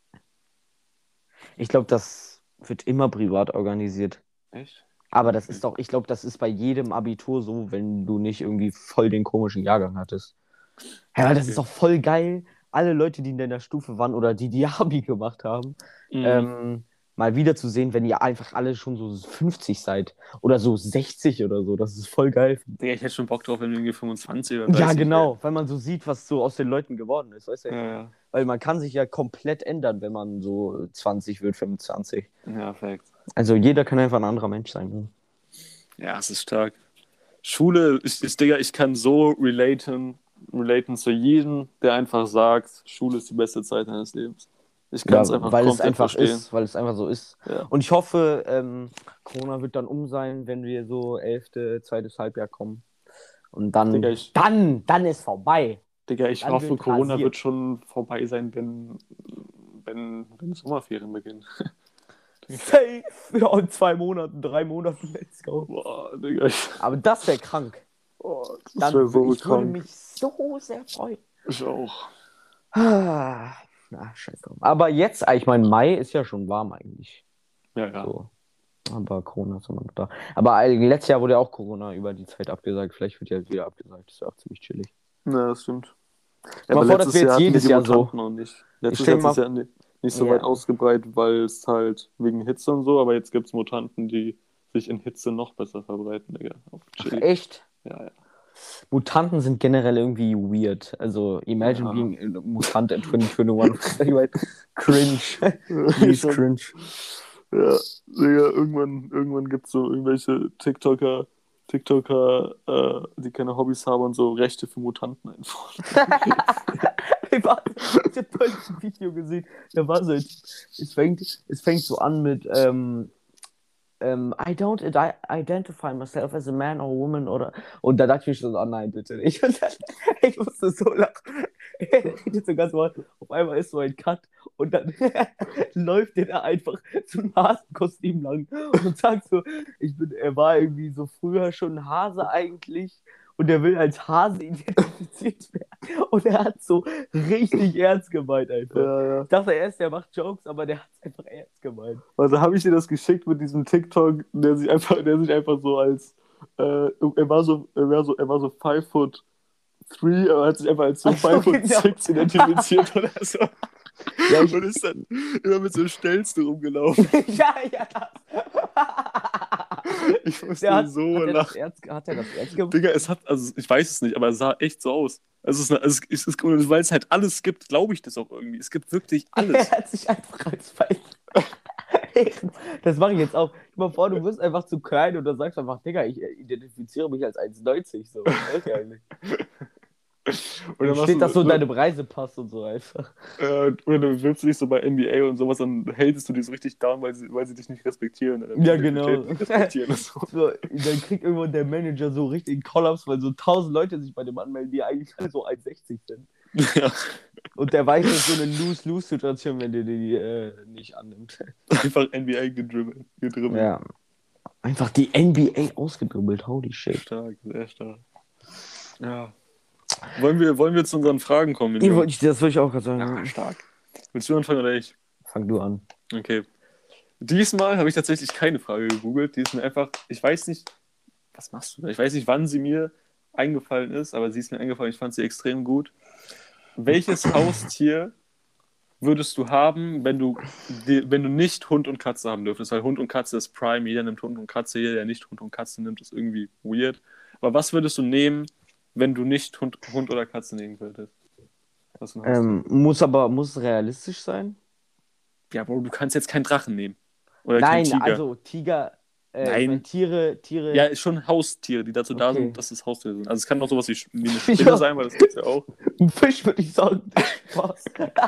Ich glaube, das wird immer privat organisiert. Echt? Aber das Okay. ist doch, ich glaube, das ist bei jedem Abitur so, wenn du nicht irgendwie voll den komischen Jahrgang hattest. Ja, Ja, weil das ist okay. doch voll geil. Alle Leute, die in deiner Stufe waren oder die, die Abi gemacht haben, Mhm. ähm, mal wiederzusehen, wenn ihr einfach alle schon so fünfzig seid oder so sechzig oder so. Das ist voll geil. Digga, ich hätte schon Bock drauf, wenn wir irgendwie fünfundzwanzig oder Ja, dreißig wären. genau, weil man so sieht, was so aus den Leuten geworden ist, weißt du, was Ja, ich meine? ja. Weil man kann sich ja komplett ändern, wenn man so zwanzig wird, fünfundzwanzig. Ja, perfekt. Also jeder kann einfach ein anderer Mensch sein. Ne? Ja, es ist stark. Schule ist, ist, Digga, ich kann so relaten, relaten zu jedem, der einfach sagt, Schule ist die beste Zeit deines Lebens. Ich kann Ja, es einfach weil es komplett einfach verstehen. ist, weil es einfach so ist. Ja. Und ich hoffe, ähm, Corona wird dann um sein, wenn wir so elfte, zweites Halbjahr kommen. Und Digga, dann, ich, dann, dann ist vorbei. Digga, ich Dann hoffe, wird Corona wird rasiert. schon vorbei sein, wenn wenn, wenn Sommerferien beginnen. Safe! Ja, in zwei Monaten, drei Monaten, let's go. Boah, Digga. Ich, Aber das wäre krank. oh, das Dann, wäre so ich würde krank. mich so sehr freuen. Ich auch. Ah, na, scheiß drauf. Aber jetzt, ich meine, Mai ist ja schon warm eigentlich. Ja, ja. So. Aber Corona ist immer noch da. Aber eigentlich letztes Jahr wurde ja auch Corona über die Zeit abgesagt. Vielleicht wird ja jetzt wieder abgesagt. Das ist ja auch ziemlich chillig. Ja, das stimmt. Stell mal Aber vor, das letztes wäre Jahr jetzt hatten wir jedes die Jahr so. Mutanten noch nicht. Letztes stell Jahr hat es mal- ja nicht, nicht so Ja. weit ausgebreitet, weil es halt wegen Hitze und so, aber jetzt gibt es Mutanten, die sich in Hitze noch besser verbreiten, Digga. Auf Ach, chillig. echt? Ja, ja. Mutanten sind generell irgendwie weird. Also, imagine Ja. being a mutant in zwanzig einundzwanzig. Ich mein, cringe. Please cringe. Ja, Digga, irgendwann, irgendwann gibt es so irgendwelche TikToker, TikToker, äh, die keine Hobbys haben und so Rechte für Mutanten einfordern. Ich habe neulich ein Video gesehen, da war so ein Typ, es fängt, es fängt so an mit ähm, ähm, I don't ide- identify myself as a man or a woman oder und da dachte ich mir schon, oh nein, bitte nicht. Und dann, ich musste so lachen. Er redet so ganz normal, auf einmal ist so ein Cut und dann läuft der da einfach so ein Hasenkostüm lang und sagt so, ich bin, er war irgendwie so früher schon ein Hase eigentlich und er will als Hase identifiziert werden und er hat so richtig ernst gemeint einfach. Ja, ja. Ich dachte erst, der macht Jokes, aber der hat es einfach ernst gemeint. Also habe ich dir das geschickt mit diesem TikTok, der sich einfach, der sich einfach so als, äh, er war so, er war so, er war so five foot three, aber hat sich einfach als so Ach so, five foot genau. six identifiziert oder so. Ja, ich, Und ist dann immer mit so Stelzen rumgelaufen. ja, ja, das. Ich musste Der hat, so hat, er das lachen. ernst, hat er das ernst gemacht? Digga, es hat, also ich weiß es nicht, aber es sah echt so aus. Also es ist, eine, es ist, es ist und weil es halt alles gibt, glaube ich das auch irgendwie. Es gibt wirklich alles. Er hat sich einfach als Feind. Das mache ich jetzt auch. Stell dir mal vor, du wirst einfach zu klein und dann sagst du einfach, Digga, ich identifiziere mich als eins neunzig. So, was soll ich eigentlich? Und Dann machst steht du das so in so- deinem Reisepass und so einfach. Äh, oder du bewirbst dich so bei N B A und sowas, dann hältst du die so richtig down, weil sie, weil sie dich nicht respektieren. Oder Ja, die genau. Identität nicht respektieren und so. So, dann kriegt irgendwann der Manager so richtig Kollaps, weil so tausend Leute sich bei dem anmelden, die eigentlich alle so eins sechzig sind. Ja, Und der weiß, das ist so eine Lose-Lose-Situation, wenn der die äh, nicht annimmt. einfach N B A gedribbelt. gedribbelt. Ja. Einfach die N B A ausgedribbelt, holy shit. Stark, sehr stark. Ja. Wollen wir, wollen wir zu unseren Fragen kommen? Ich wollte, das wollte ich auch gerade sagen. Ja, stark. Willst du anfangen oder ich? Fang du an. Okay. Diesmal habe ich tatsächlich keine Frage gegoogelt. Die ist mir einfach, ich weiß nicht, was machst du da? Ich weiß nicht, wann sie mir eingefallen ist, aber sie ist mir eingefallen. Ich fand sie extrem gut. Welches Haustier würdest du haben, wenn du, die, wenn du nicht Hund und Katze haben dürftest? Weil Hund und Katze ist Prime, jeder nimmt Hund und Katze, jeder, der nicht Hund und Katze nimmt, ist irgendwie weird. Aber was würdest du nehmen, wenn du nicht Hund, Hund oder Katze nehmen würdest? Was für ein Haustier? Ähm, muss aber, muss es realistisch sein? Ja, Bro, du kannst jetzt keinen Drachen nehmen. Oder Nein, keinen Tiger. also Tiger, äh, Nein. ich mein, Tiere, Tiere. Ja, ist schon Haustiere, die dazu da Okay. sind, dass es Haustiere sind. Also es kann auch sowas wie, wie eine Spinne Ja. sein, weil das gibt's ja auch. Ein Fisch würde ich sagen. Spaß.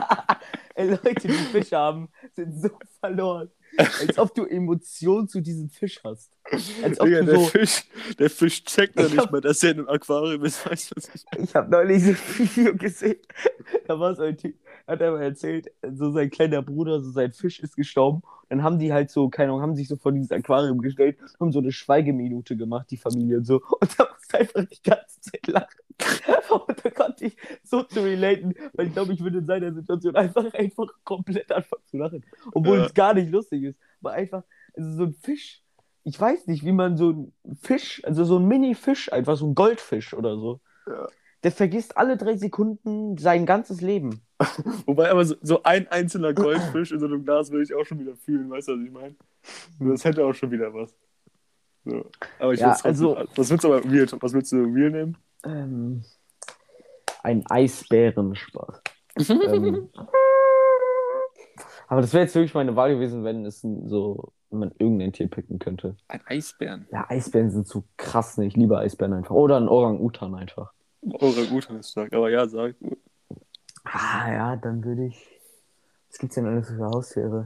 Ey, Leute, die Fisch haben, sind so verloren. Als ob du Emotionen zu diesem Fisch hast. Als ob Digga, du der, so. Fisch, der Fisch checkt noch Ich nicht hab- mal, dass er in einem Aquarium ist. Weißt du, was ich Ich habe neulich so ein Video gesehen. Da war so ein Typ, hat er mal erzählt, so sein kleiner Bruder, so sein Fisch ist gestorben. Dann haben die halt so, keine Ahnung, haben sich so vor dieses Aquarium gestellt, haben so eine Schweigeminute gemacht, die Familie und so. Und da musste einfach die ganze Zeit lachen. Und da konnte ich so zu relaten, weil ich glaube, ich würde in seiner Situation einfach, einfach komplett anfangen zu lachen. Obwohl Ja. es gar nicht lustig ist. Aber einfach, also so ein Fisch, ich weiß nicht, wie man so ein Fisch, also so ein Mini-Fisch, einfach so ein Goldfisch oder so, Ja. der vergisst alle drei Sekunden sein ganzes Leben. Wobei aber so, so ein einzelner Goldfisch in so einem Glas würde ich auch schon wieder fühlen, weißt du, was ich meine? Das hätte auch schon wieder was. So. Aber ich Ja, würd's trotzdem- also- was willst du aber real, was willst du real nehmen? Ähm, ein Eisbärenspaß. ähm, aber das wäre jetzt wirklich meine Wahl gewesen, wenn es ein- so, wenn man irgendein Tier picken könnte. Ein Eisbären. Ja, Eisbären sind so krass, ne? Ich liebe Eisbären einfach. Oder ein Orang-Utan einfach. Orang-Utan ist stark, aber ja, sag. Ah ja, dann würde ich. Was gibt's denn alles für Haustiere?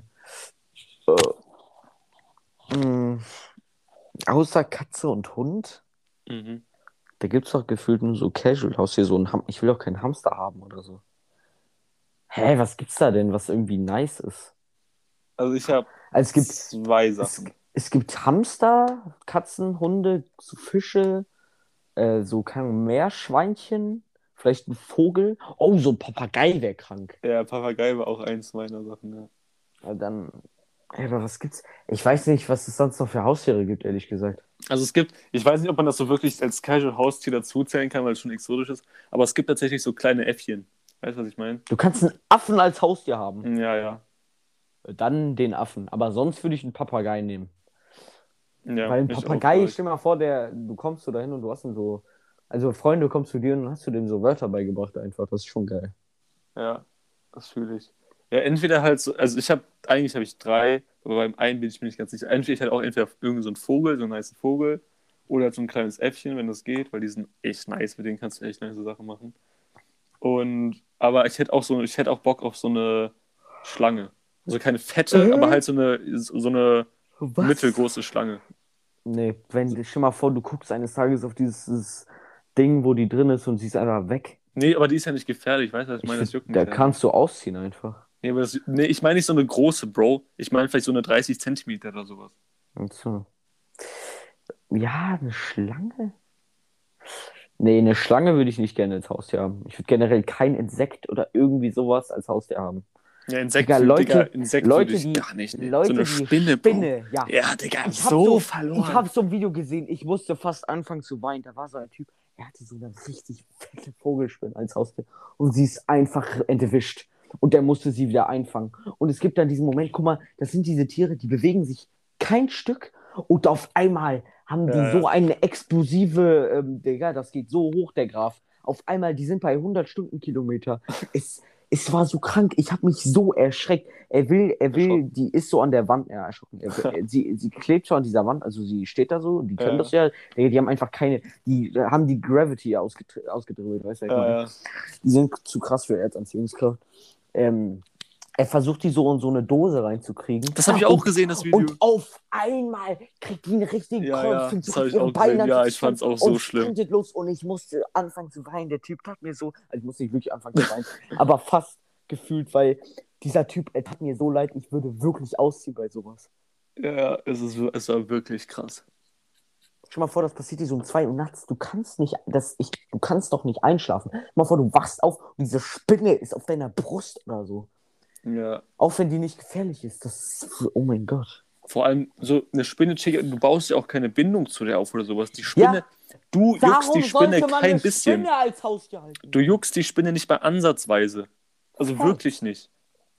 Äh, mh, außer Katze und Hund, Mhm. da gibt's doch gefühlt nur so Casual-Haustiere. So ein Ham ich will doch keinen Hamster haben oder so. Hä, was gibt's da denn, was irgendwie nice ist? Also ich habe Also es gibt, zwei es, Sachen. es gibt Hamster, Katzen, Hunde, so Fische, äh, so keine Ahnung, Meerschweinchen, vielleicht ein Vogel. Oh, so ein Papagei wäre krank. Der Papagei war auch eins meiner Sachen, ja. Ja, dann, ey, aber was gibt's? Ich weiß nicht, was es sonst noch für Haustiere gibt, ehrlich gesagt. Also es gibt, ich weiß nicht, ob man das so wirklich als Casual-Haustier dazuzählen kann, weil es schon exotisch ist, aber es gibt tatsächlich so kleine Äffchen. Weißt du, was ich meine? Du kannst einen Affen als Haustier haben. Ja, ja. Dann den Affen. Aber sonst würde ich einen Papagei nehmen. Ja, Weil ein ich auch, Papagei, glaube ich. stell dir mal vor, der, du kommst so dahin und du hast ihn so, also Freunde kommen zu dir und dann hast du dem so Wörter beigebracht einfach. Das ist schon geil. Ja, das fühle ich. Ja, entweder halt so, also ich habe, eigentlich habe ich drei, aber beim einen bin ich mir nicht ganz sicher. Entweder ich halt auch entweder irgend so einen Vogel, so einen nice Vogel, oder halt so ein kleines Äffchen, wenn das geht, weil die sind echt nice, mit denen kannst du echt nice Sachen machen. Und, aber ich hätte auch so, ich hätte auch Bock auf so eine Schlange. Also keine fette, aber Äh? halt so eine, so eine Was? mittelgroße Schlange. Nee, wenn, stell dir mal vor, du guckst eines Tages auf dieses Ding, wo die drin ist und sie ist einfach weg. Nee, aber die ist ja nicht gefährlich, weißt du, was ich Ich meine? Das finde, juckt da mich ja nicht. kannst du ausziehen einfach. Nee, aber das, nee, ich meine nicht so eine große, Bro. Ich meine vielleicht so eine dreißig Zentimeter oder sowas. Und so. Ja, eine Schlange? Nee, eine Schlange würde ich nicht gerne als Haustier haben. Ich würde generell kein Insekt oder irgendwie sowas als Haustier haben. Ja, Insekt, Digga, Digga, Leute, Insekt würde Leute, ich die, gar nicht nehmen. So Leute, eine die Spinne, Bro. Spinne, ja. Ja, Digga, Ich habe so so, ich verloren. habe so ein Video gesehen, ich musste fast anfangen zu weinen. Da war so ein Typ, er hatte so eine richtig fette Vogelspinne als Haustier und sie ist einfach entwischt. Und der musste sie wieder einfangen. Und es gibt dann diesen Moment, guck mal, das sind diese Tiere, die bewegen sich kein Stück und auf einmal haben die Ja, ja. so eine explosive, ähm, Digga, das geht so hoch, der Graph. Auf einmal, die sind bei hundert Stundenkilometer. Es, es war so krank, ich habe mich so erschreckt. Er will, er will, Erschrocken. die ist so an der Wand, ja, erschrocken. Er, er, sie, sie klebt so an dieser Wand, also sie steht da so, die können das Ja, ja, die, die haben einfach keine, die haben die Gravity ausgedri ausgedribbelt, weißt du, was ich meine? ja, ja. Die sind zu krass für Erdanziehungskraft. Ähm, er versucht die so in so eine Dose reinzukriegen. Das habe ich auch Und, gesehen, das Video. und auf einmal kriegt die einen richtigen Ja, Krampf ja, und das so habe auf ich ihre auch gesehen. Beine Ja, ich fand es auch so und schlimm. sprintet los und ich musste anfangen zu weinen. Der Typ tat mir so, also ich musste nicht wirklich anfangen zu weinen, aber fast gefühlt, weil dieser Typ, er tat mir so leid, ich würde wirklich ausziehen bei sowas. Ja, ja, es ist, es war wirklich krass. Stell mal vor, das passiert dir so um zwei Uhr nachts. Du kannst nicht, das, ich, du kannst doch nicht einschlafen. Stell mal vor, du wachst auf und diese Spinne ist auf deiner Brust oder so. Ja. Auch wenn die nicht gefährlich ist. Das ist, oh mein Gott. Vor allem so eine Spinne, Chica, du baust ja auch keine Bindung zu der auf oder sowas. Die Ja, Spinne, du juckst die warum Spinne sollte man kein eine bisschen. Spinne als Haustier halten? Du juckst die Spinne nicht bei Ansatzweise. Also Hä? wirklich nicht.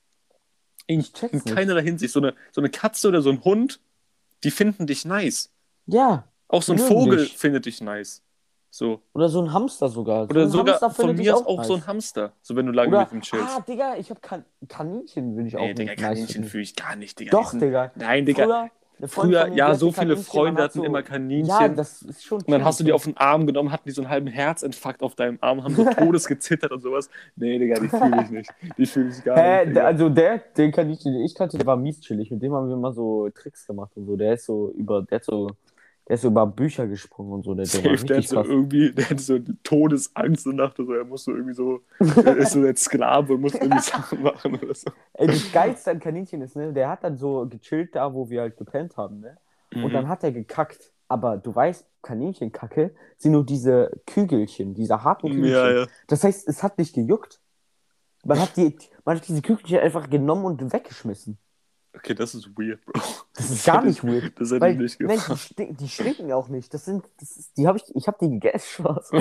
In, Ich check's in nicht. keinerlei Hinsicht. So eine, so eine Katze oder so ein Hund, die finden dich nice. Ja, Auch so die ein mögen Vogel dich. findet dich nice. So. Oder so ein Hamster sogar. So Oder ein sogar Hamster von findet dich mir aus auch auch so nice. ein Hamster. So wenn du lange Oder, mit ihm chillst. ah, Digga, ich hab kan Kaninchen, würde ich Nee, auch Digga, nicht nice Kaninchen finden. fühle ich gar nicht, Digga. Die Doch, sind... Digga. Nein, Digga. Früher, eine Freundin Früher, von mir, die ja, hatte so viele Kaninchen, man Freunde hat hatten so, immer ja, Kaninchen. das ist schon Und dann hast du die chillig, auf den Arm genommen, hatten die so einen halben Herzinfarkt auf deinem Arm, haben so todesgezittert und sowas. Nee, Digga, die fühle ich nicht. Die fühle ich gar Hä, nicht, der, Digga. also der, den Kaninchen, den ich kannte, der war mies chillig. Mit dem haben wir immer so Tricks gemacht und so. Der ist so über, der hat so, der ist so über Bücher gesprungen und so. Der, der war Safe, der hat richtig so krass. irgendwie, der hat so Todesangst und dachte so, er muss so irgendwie so, er ist so ein Sklave und muss irgendwie Sachen machen oder so. Ey, das Geilste an Kaninchen ist, ne, der hat dann so gechillt da, wo wir halt gepennt haben, ne? Und dann Mhm. hat er gekackt. Aber du weißt, Kaninchenkacke sind nur diese Kügelchen, diese harten Ja, Kügelchen. ja. Das heißt, es hat nicht gejuckt. Man hat, die, man hat diese Kügelchen einfach genommen und weggeschmissen. Okay, das ist weird, Bro. Das ist Das gar hätte ich, nicht weird. das hätte ich Weil, nicht Mensch, die, gemacht. sti- die stinken auch nicht. Das sind, das ist, die habe ich, ich habe die gegessen, Spaß.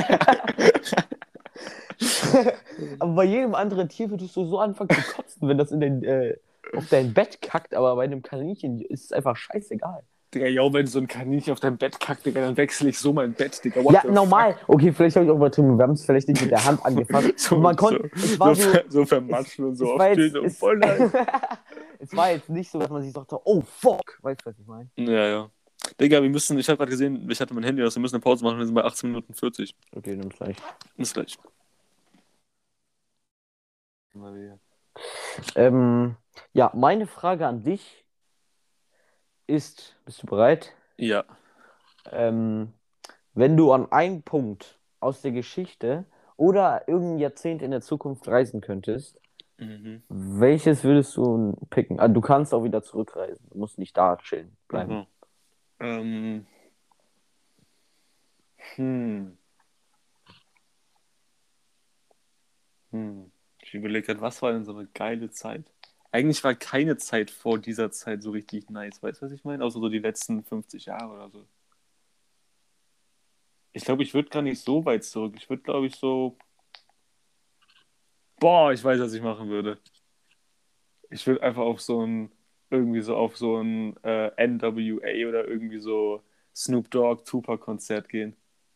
Aber bei jedem anderen Tier würdest du so anfangen zu kotzen, wenn das in den, äh, auf dein Bett kackt, aber bei einem Kaninchen ist es einfach scheißegal. Digga, ja, wenn so ein Kaninchen auf dein Bett kackt, Digga, dann wechsle ich so mein Bett, Digga. What Ja, the normal. Okay, vielleicht habe ich auch übertrieben. Wir haben es vielleicht nicht mit der Hand angefasst. fuck? So, Und man konnte, so, es war so, so, ver- so es, vermatschen und so es auf war Stillen jetzt, und es, voll nice. es war jetzt nicht so, dass man sich dachte, oh fuck, weißt du, was ich meine? Ja, ja. Digga, wir müssen, ich habe gerade gesehen, ich hatte mein Handy aus, wir müssen eine Pause machen, wir sind bei achtzehn Minuten vierzig. Okay, nimm gleich. Bis gleich. Ähm, ja, meine Frage an dich ist, bist du bereit? Ja. Ähm, wenn du an einen Punkt aus der Geschichte oder irgendein Jahrzehnt in der Zukunft reisen könntest, Mhm. Welches würdest du picken? Ah, du kannst auch wieder zurückreisen. Du musst nicht da chillen bleiben. Aha. Ähm, hm, hm. Ich überlege gerade, was war denn so eine geile Zeit? Eigentlich war keine Zeit vor dieser Zeit so richtig nice. Weißt du, was ich meine? Außer so die letzten fünfzig Jahre oder so. Ich glaube, ich würde gar nicht so weit zurück. Ich würde, glaube ich, so. Boah, ich weiß, was ich machen würde. Ich würde einfach auf so ein. Irgendwie so auf so ein äh, N W A oder irgendwie so Snoop Dogg Tupac-Konzert gehen.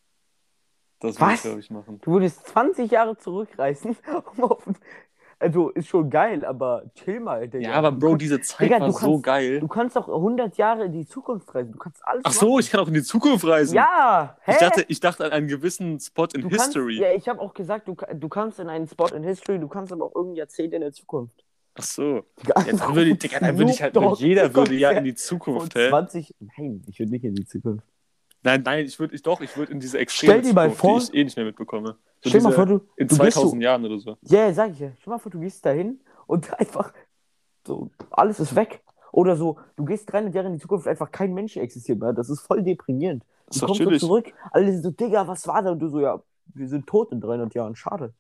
Das würde ich, Was? glaube ich, machen. Du würdest zwanzig Jahre zurückreisen, um auf. Also ist schon geil, aber chill mal, Ja, Digga. aber Du Bro, kannst, diese Zeit Digga, war du so kannst, geil. du kannst doch hundert Jahre in die Zukunft reisen. Du kannst alles Ach so, machen. ich kann auch in die Zukunft reisen. Ja, Ich hä? dachte, ich dachte an einen gewissen Spot in Du kannst, History. ja, ich habe auch gesagt, du, du kannst in einen Spot in History, du kannst aber auch irgendein Jahrzehnt in der Zukunft. Ach so. Digga, Ja, einfach dann auf würde ein ich, Digga, dann würde ich Snoop halt, nur jeder würde ja in Dogg-Konzert die von Zukunft, hä? zwanzig. Nein, ich würde nicht in die Zukunft. Nein, nein, ich würde, ich doch, ich würde in diese Stell extreme dir mal Zukunft, die vor, ich eh nicht mehr mitbekomme. So stell dir mal vor, diese du, in du gehst zweitausend so, Jahren oder so. ja, yeah, sag ich ja, stell dir mal vor, du gehst dahin und einfach so, alles ist weg. Oder so, du gehst dreihundert Jahre in die Zukunft, einfach kein Mensch existiert mehr. Das ist voll deprimierend. Das Du ist doch kommst so chillig. zurück, alle sind so, Digga, was war da? Und du so, ja, wir sind tot in dreihundert Jahren, schade.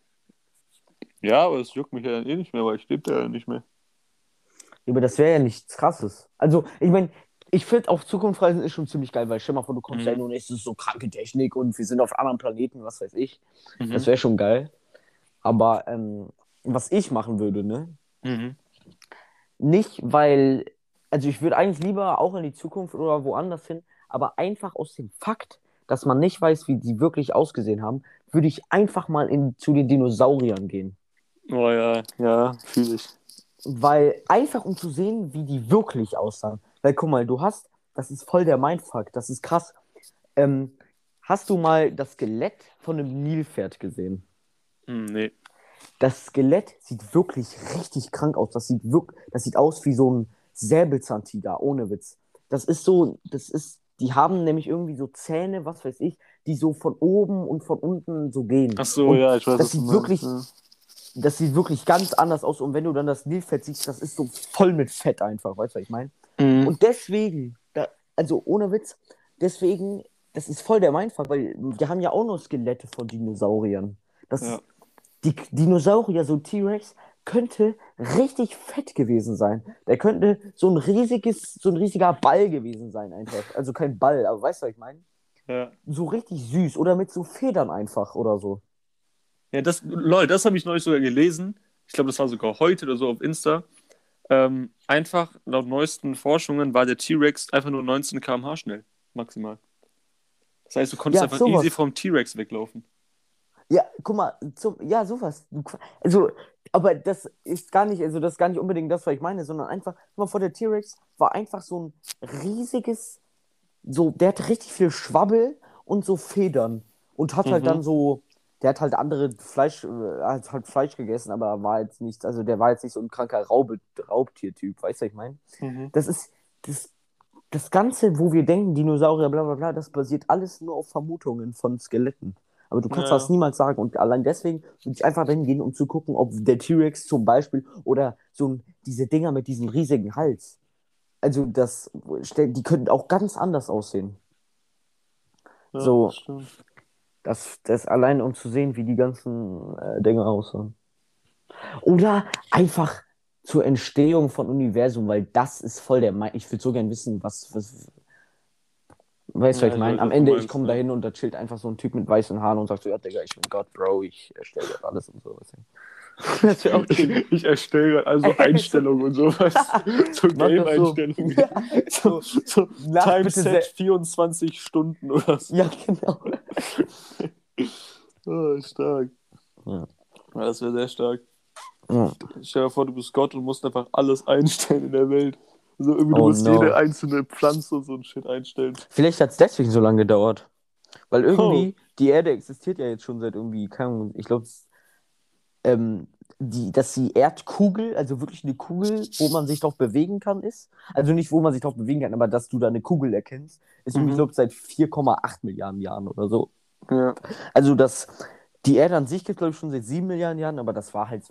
Ja, aber es juckt mich ja dann eh nicht mehr, weil ich lebe ja nicht mehr. Ja, aber das wäre ja nichts Krasses. Also, ich meine, ich finde auch Zukunftsreisen ist schon ziemlich geil, weil stell mal vor, du kommst da hin Mhm. und es ist so kranke Technik und wir sind auf anderen Planeten, was weiß ich. Das Mhm. wäre schon geil. Aber ähm, was ich machen würde, ne? Mhm. Nicht, weil, also ich würde eigentlich lieber auch in die Zukunft oder woanders hin, aber einfach aus dem Fakt, dass man nicht weiß, wie die wirklich ausgesehen haben, würde ich einfach mal in, zu den Dinosauriern gehen. Oh ja, ja, fühle ich. Weil, einfach um zu sehen, wie die wirklich aussahen. Weil, guck mal, du hast, das ist voll der Mindfuck, das ist krass. Ähm, hast du mal das Skelett von einem Nilpferd gesehen? Hm, nee. Das Skelett sieht wirklich richtig krank aus. Das sieht wirklich, das sieht aus wie so ein Säbelzahntiger, ohne Witz. Das ist so, das ist, die haben nämlich irgendwie so Zähne, was weiß ich, die so von oben und von unten so Ach gehen. so, Und ja, ich weiß, das was du sieht meinst. wirklich, Ja. das sieht wirklich ganz anders aus. Und wenn du dann das Nilpferd siehst, das ist so voll mit Fett einfach, weißt du, was ich meine? Mhm. Und deswegen, da, also ohne Witz, deswegen, das ist voll der Mindfuck, weil wir haben ja auch noch Skelette von Dinosauriern. Ja. Das, die Dinosaurier, so ein T-Rex, könnte richtig fett gewesen sein. Der könnte so ein riesiges, so ein riesiger Ball gewesen sein, einfach. Also kein Ball, aber weißt du, was ich meine? Ja. So richtig süß oder mit so Federn einfach oder so. Ja, das, Leute, das habe ich neulich sogar gelesen. Ich glaube, das war sogar heute oder so auf Insta. Ähm, einfach laut neuesten Forschungen war der T-Rex einfach nur neunzehn Kilometer pro Stunde schnell, maximal. Das heißt, du konntest Ja, einfach easy sowas. vom T-Rex weglaufen. Ja, guck mal, zum, ja, sowas. Du, also, aber das ist gar nicht, also das ist gar nicht unbedingt das, was ich meine, sondern einfach, guck mal, vor der T-Rex war einfach so ein riesiges, so, der hat richtig viel Schwabbel und so Federn und hat halt Mhm. dann so, der hat halt andere Fleisch, äh, hat halt Fleisch gegessen, aber war jetzt nicht, also der war jetzt nicht so ein kranker Raube, Raubtiertyp, weißt du, was ich meine? Mhm. Das ist, das, das Ganze, wo wir denken, Dinosaurier, bla bla bla, das basiert alles nur auf Vermutungen von Skeletten. Aber du kannst das Ja, niemals sagen. Und allein deswegen würde ich einfach dahin gehen, um zu gucken, ob der T-Rex zum Beispiel oder so ein, diese Dinger mit diesem riesigen Hals. Also das, die könnten auch ganz anders aussehen. ja, So, stimmt. das, das allein um zu sehen, wie die ganzen äh, Dinger aussehen. Oder einfach zur Entstehung von Universum, weil das ist voll der. Me ich würde so gern wissen, was, was, weißt du, was Ja, ich ich meine? weiß, Am was du Ende, ich meinst. komme da Ja. hin und da chillt einfach so ein Typ mit weißen Haaren und sagt so, ja, Digga, ich bin Gott, Bro, ich erstelle das alles und so. Das wäre auch chill. Ich erstelle gerade also so, Einstellungen und sowas. So mach das so. Game-Einstellungen. Ja, So, so, so lach bitte Timeset sehr. vierundzwanzig Stunden oder so. Ja, genau. Oh, stark. Ja. Ja, das wäre sehr stark. Ja. Stell dir vor, du bist Gott und musst einfach alles einstellen in der Welt. So irgendwie, du Oh musst jede no. einzelne Pflanze und so ein Shit einstellen. Vielleicht hat es deswegen so lange gedauert. Weil Oh. irgendwie, die Erde existiert ja jetzt schon seit irgendwie, keine Ahnung, ich glaube, ähm, die, dass die Erdkugel, also wirklich eine Kugel, wo man sich drauf bewegen kann, ist. Also nicht, wo man sich drauf bewegen kann, aber dass du da eine Kugel erkennst, ist irgendwie, ich Mhm. glaube, seit vier Komma acht Milliarden Jahren oder so. Ja. Also das, die Erde an sich gibt, glaube ich, schon seit sieben Milliarden Jahren, aber das war halt so ein.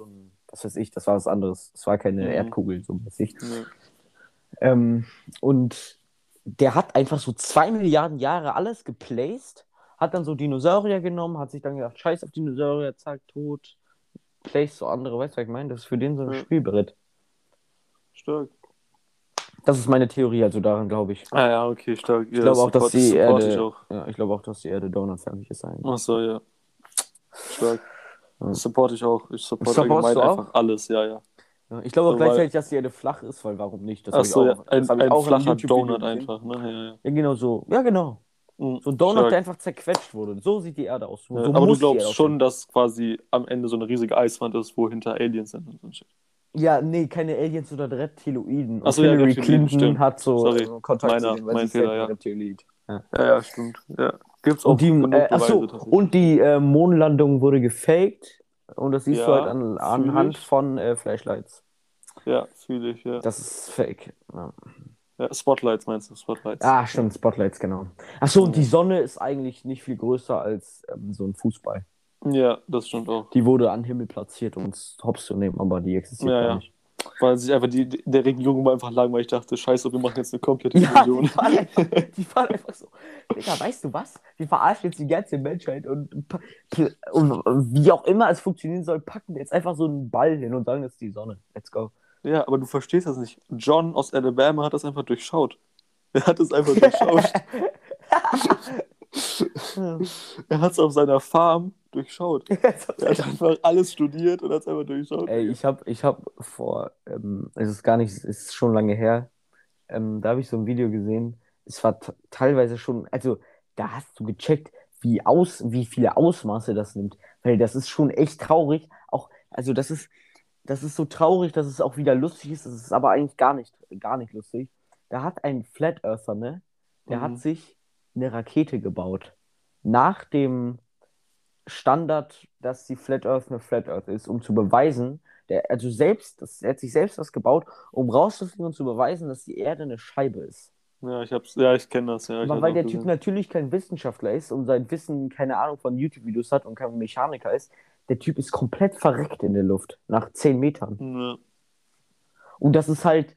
was weiß ich, das war was anderes. Es war keine Mhm. Erdkugel, so mäßig. Ja. Ähm, und der hat einfach so zwei Milliarden Jahre alles geplaced, hat dann so Dinosaurier genommen, hat sich dann gedacht, scheiß auf Dinosaurier, zack, tot, placed so andere, weißt du, was ich meine? Das ist für den so ein Ja. Spielbrett. Stark. Das ist meine Theorie, also daran glaube ich. Ah ja, okay, stark. Ich Ja, glaube auch, dass support, die support ich Erde, auch. ja, ich glaube auch, dass die Erde donutförmig ist eigentlich. Ach so, ja. Stark. Ja. Das support ich auch. Ich support Supportst allgemein du auch? einfach alles, ja, ja. Ja, ich glaube auch So, weil, gleichzeitig, dass die Erde flach ist, weil warum nicht? Das ach habe ich so, ja, auch, ein, das habe ich ein auch in einem flacher YouTube-Video Donut gesehen. einfach, ne? Ja, ja. Ja, genau so. Ja, genau. Mhm, So ein Donut, stark. der einfach zerquetscht wurde. So sieht die Erde aus. So Ja, so aber du muss die Erde glaubst aussehen. schon, dass quasi am Ende so eine riesige Eiswand ist, wo hinter Aliens sind und so ein Shit. Ja, nee, keine Aliens oder Reptiloiden. Und Ach so, ja, Hillary Reptiloiden, Clinton stimmt. hat so Sorry, äh, Kontakt zu meiner, denen, weil mein sie ist selbst Fehler, ein ja. Reptiloid. Ja. Ja, ja, stimmt. Ja. Gibt's Und auch die, genug äh, ach Beweise so, tatsächlich. und die äh, Mondlandung wurde gefaked. Und das siehst du halt Ja, an, fühl anhand ich. von äh, Flashlights. Ja, fühle ich, ja. Das ist fake. Ja. Ja, Spotlights meinst du, Spotlights. Ah, stimmt, Spotlights, genau. Ach so, und die Ja. Sonne ist eigentlich nicht viel größer als ähm, so ein Fußball. Ja, das stimmt auch. Die wurde am Himmel platziert, um es hops zu nehmen, aber die existiert Ja, gar ja. nicht. Weil sich einfach die, die, der Regierung war einfach lang, weil ich dachte, scheiße, wir machen jetzt eine komplette Ja, Illusion. die waren einfach, die waren einfach so, Digga, weißt du was? Wir verarschen jetzt die ganze Menschheit und, und wie auch immer es funktionieren soll, packen wir jetzt einfach so einen Ball hin und sagen, das ist die Sonne. Let's go. Ja, aber du verstehst das nicht. John aus Alabama hat das einfach durchschaut. Er hat es einfach durchschaut. Er hat es auf seiner Farm durchschaut. Er hat einfach alles studiert und hat es einfach durchschaut. Ey, ich habe ich hab vor, ähm, es ist gar nicht, es ist schon lange her, ähm, da habe ich so ein Video gesehen, es war t- teilweise schon, also da hast du gecheckt, wie aus, wie viele Ausmaße das nimmt, weil das ist schon echt traurig, auch, also das ist, das ist so traurig, dass es auch wieder lustig ist, das ist aber eigentlich gar nicht, gar nicht lustig. Da hat ein Flat Earther, ne, der hat Mhm. sich eine Rakete gebaut, nach dem Standard, dass die Flat Earth eine Flat Earth ist, um zu beweisen, der, also selbst, das, er hat sich selbst was gebaut, um rauszufinden und zu beweisen, dass die Erde eine Scheibe ist. Ja, ich hab's, ja, ich kenne das, ja. Ich Aber hab's weil auch der Typ gesehen. natürlich kein Wissenschaftler ist und sein Wissen, keine Ahnung, von YouTube-Videos hat und kein Mechaniker ist, der Typ ist komplett verreckt in der Luft, nach zehn Metern. Ja. Und das ist halt,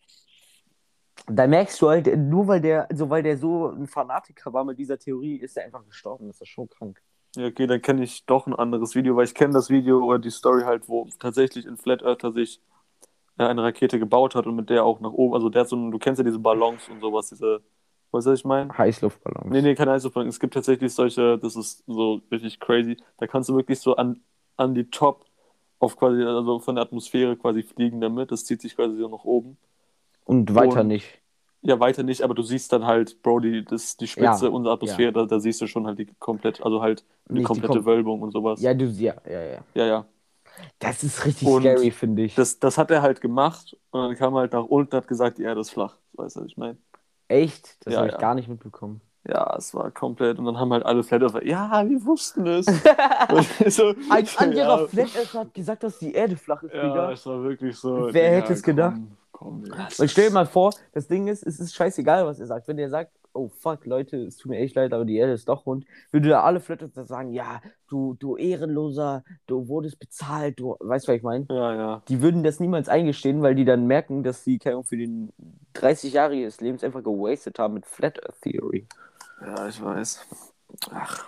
da merkst du halt, nur weil der, also weil der so ein Fanatiker war mit dieser Theorie, ist er einfach gestorben. Das ist schon krank. Ja, okay, dann kenne ich doch ein anderes Video, weil ich kenne das Video oder die Story halt, wo tatsächlich ein Flat Earther sich äh, eine Rakete gebaut hat und mit der auch nach oben, also der hat so, ein- du kennst ja diese Ballons und sowas, diese, weißt du, was ich meine? Heißluftballons. Nee, nee, keine Eisluftballon. Es gibt tatsächlich solche, das ist so richtig crazy, da kannst du wirklich so an, an die Top auf quasi, also von der Atmosphäre quasi fliegen damit, das zieht sich quasi so nach oben. Und weiter Und- nicht. Ja, weiter nicht, aber du siehst dann halt, Bro, die, das, die Spitze Ja, unserer Atmosphäre, ja. da, da siehst du schon halt die komplett, also halt die Nicht die komplette kom- Wölbung und sowas. Ja, du, ja, ja, ja. Ja, ja. Das ist richtig Und scary, finde ich. Das, das hat er halt gemacht und dann kam er halt nach unten und hat gesagt, die Erde ist flach. Weißt du, was ich meine? Echt? Das Ja, habe ich ja. gar nicht mitbekommen. Ja, es war komplett. Und dann haben halt alle Flat Earther, ja, wir wussten es. Und so, Ein anderer ja, Flat Earther hat gesagt, dass die Erde flach ist, ja, Digga. es war wirklich so. Wer Digga, hätte es gedacht? Komm, komm, ja, das Weil stell dir ist- mal vor, das Ding ist, es ist scheißegal, was er sagt. Wenn der sagt, oh fuck, Leute, es tut mir echt leid, aber die Erde ist doch rund, würde da alle Flat Earther sagen, ja, du, du Ehrenloser, du wurdest bezahlt, du, weißt du, was ich meine? Ja, ja. Die würden das niemals eingestehen, weil die dann merken, dass sie keine Ahnung, für den dreißig Jahre ihres Lebens einfach gewastet haben mit Flat Earth Theory. Ja, ich weiß. Ach.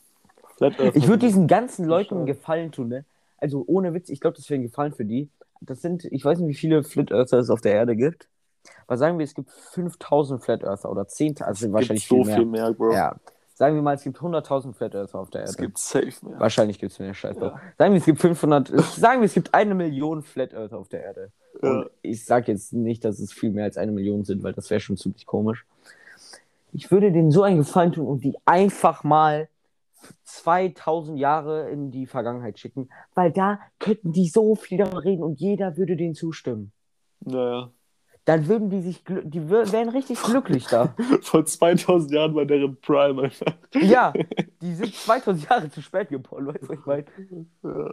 Flat Earth Ich würde diesen ganzen Leuten Schade. einen Gefallen tun, ne? Also ohne Witz, ich glaube, das wäre ein Gefallen für die. Das sind, ich weiß nicht, wie viele Flat Earther es auf der Erde gibt. Aber sagen wir, es gibt fünftausend Flat Earther oder zehntausend, also Es wahrscheinlich gibt so viel mehr. viel mehr, Bro. Ja. Sagen wir mal, es gibt hunderttausend Flat Earther auf der Erde. Es gibt safe mehr. Wahrscheinlich gibt es mehr, scheiß drauf. Ja. Sagen wir, es gibt fünfhundert, sagen wir, es gibt eine Million Flat Earther auf der Erde. Ja. Und ich sage jetzt nicht, dass es viel mehr als eine Million sind, weil das wäre schon ziemlich komisch. Ich würde denen so einen Gefallen tun und die einfach mal zweitausend Jahre in die Vergangenheit schicken, weil da könnten die so viel darüber reden und jeder würde denen zustimmen. Naja. Dann würden die sich, glü- die wär- wären richtig glücklich da. Vor zweitausend Jahren war deren Prime einfach. Ja, die sind zweitausend Jahre zu spät geboren, weißt du, was ich meine? Ja.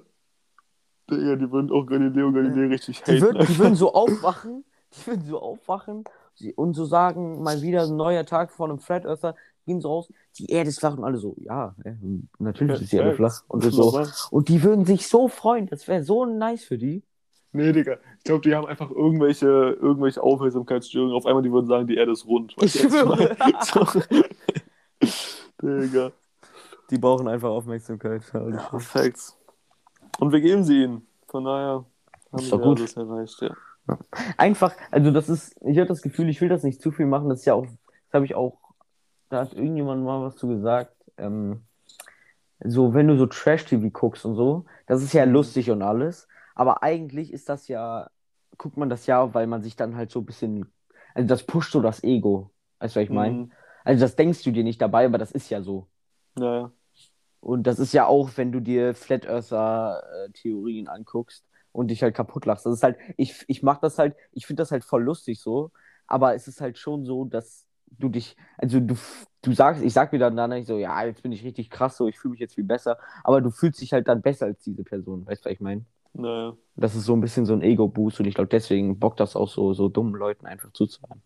Digga, die würden auch Galileo Galilei richtig Die haten. würden, die würden so aufwachen, die würden so aufwachen sie- und so sagen, mal wieder ein neuer Tag von einem Flat Earther, gehen so raus, die Erde ist flach und alle so, ja, ja, natürlich ist die Erde flach. Und, so. Und die würden sich so freuen, das wäre so nice für die. Nee, Digga. Ich glaube, die haben einfach irgendwelche, irgendwelche Aufmerksamkeitsstörungen. Auf einmal, die würden sagen, die Erde ist rund. Weißt Ich du, was ich schwöre. meine? So. Digga. Die brauchen einfach Aufmerksamkeit. Ja, Facts. Und wir geben sie ihnen. Von daher haben Ist doch wir gut. alles erreicht, ja. Einfach, also das ist, ich habe das Gefühl, ich will das nicht zu viel machen. Das ist ja auch, das habe ich auch, da hat irgendjemand mal was zu gesagt. Ähm, so, wenn du so Trash-T V guckst und so, das ist ja Mhm. lustig und alles. Aber eigentlich ist das ja, guckt man das ja, weil man sich dann halt so ein bisschen, also das pusht so das Ego. Weißt du, was ich meine? Mhm. Also das denkst du dir nicht dabei, aber das ist ja so. Naja. Und das ist ja auch, wenn du dir Flat Earther-Theorien anguckst und dich halt kaputt lachst. Das ist halt, ich, ich mach das halt, ich finde das halt voll lustig so, aber es ist halt schon so, dass du dich, also du, du sagst, ich sag mir dann danach so, ja, jetzt bin ich richtig krass so, ich fühle mich jetzt viel besser, aber du fühlst dich halt dann besser als diese Person, weißt du, was ich meine? Naja. Das ist so ein bisschen so ein Ego-Boost und ich glaube, deswegen bockt das auch so, so dummen Leuten einfach zuzuhören.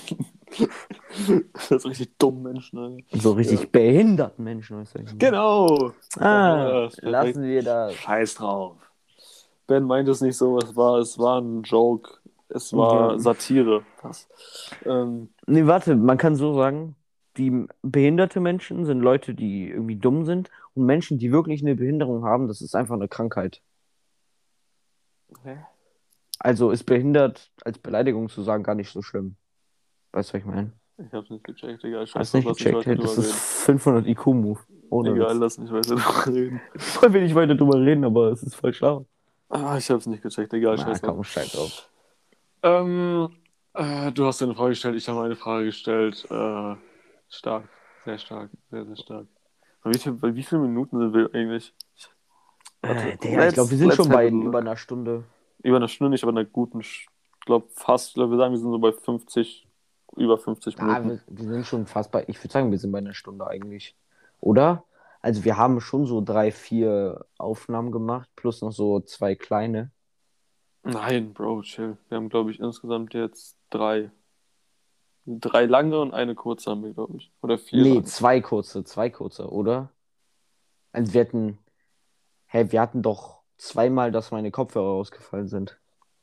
Das ist richtig dumm, Menschen. Alter. So richtig Ja. behinderten Menschen, weißt du, was ich meine? Genau. Ah, Das ist perfekt. lassen wir das. Scheiß drauf. Ben meint es nicht so, es war, es war ein Joke. Es war Ja. Satire. Was? Ähm, Nee, warte, man kann so sagen, die behinderte Menschen sind Leute, die irgendwie dumm sind und Menschen, die wirklich eine Behinderung haben, das ist einfach eine Krankheit. hä? Also ist behindert als Beleidigung zu sagen gar nicht so schlimm. Weißt du, was ich meine? Ich hab's nicht gecheckt, egal. Scheiß Hast drauf, nicht lass nicht gecheckt? weiter Hey, das drüber ist reden. fünfhundert I Q-Move. Ohne Egal, Witz. lass nicht weiter drüber reden. Voll will ich weiter drüber reden, aber es ist voll schlau. Ah, ich hab's nicht gecheckt, egal, Na, scheiß drauf. komm, scheiß drauf. Ähm, äh, du hast dir eine Frage gestellt, ich habe eine Frage gestellt. Äh, stark, sehr stark, sehr, sehr stark. Bei wie, viel, bei wie vielen Minuten sind wir eigentlich? Warte, Äh, Digga, ich glaube, wir let's, sind let's schon have bei a über look. einer Stunde. Über eine Stunde nicht, aber einer guten, ich glaube fast, ich glaube, wir sagen, wir sind so bei fünfzig, über fünfzig Ah, Minuten. wir, wir sind schon fast bei, ich würde sagen, wir sind bei einer Stunde eigentlich. Oder? Also wir haben schon so drei, vier Aufnahmen gemacht, plus noch so zwei kleine. Nein, Bro, chill. Wir haben, glaube ich, insgesamt jetzt drei. Drei lange und eine kurze haben wir, glaube ich. Oder vier Nee, lange. zwei kurze, zwei kurze, oder? Also wir hatten, hä, wir hatten doch zweimal, dass meine Kopfhörer ausgefallen sind.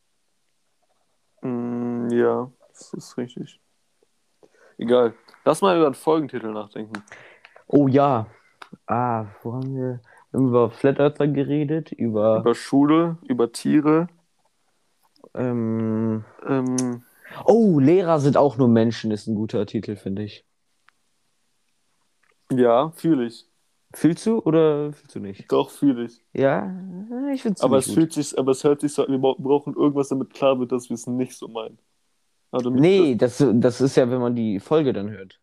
Mm, ja, das ist richtig. Egal. Lass mal über den Folgentitel nachdenken. Oh ja. Ah, wo haben wir? Wir haben über Flat Earther geredet, über Über Schule, über Tiere. ähm, Ähm, oh, Lehrer sind auch nur Menschen, ist ein guter Titel, finde ich. ja, fühle ich. Fühlst du oder fühlst du nicht? Doch, fühle ich. Ja, ich finde es Aber ziemlich es gut. fühlt sich, aber es hört sich so an, wir bra- brauchen irgendwas, damit klar wird, dass wir es nicht so meinen. Aber damit das, Nee, das, das ist ja, wenn man die Folge dann hört.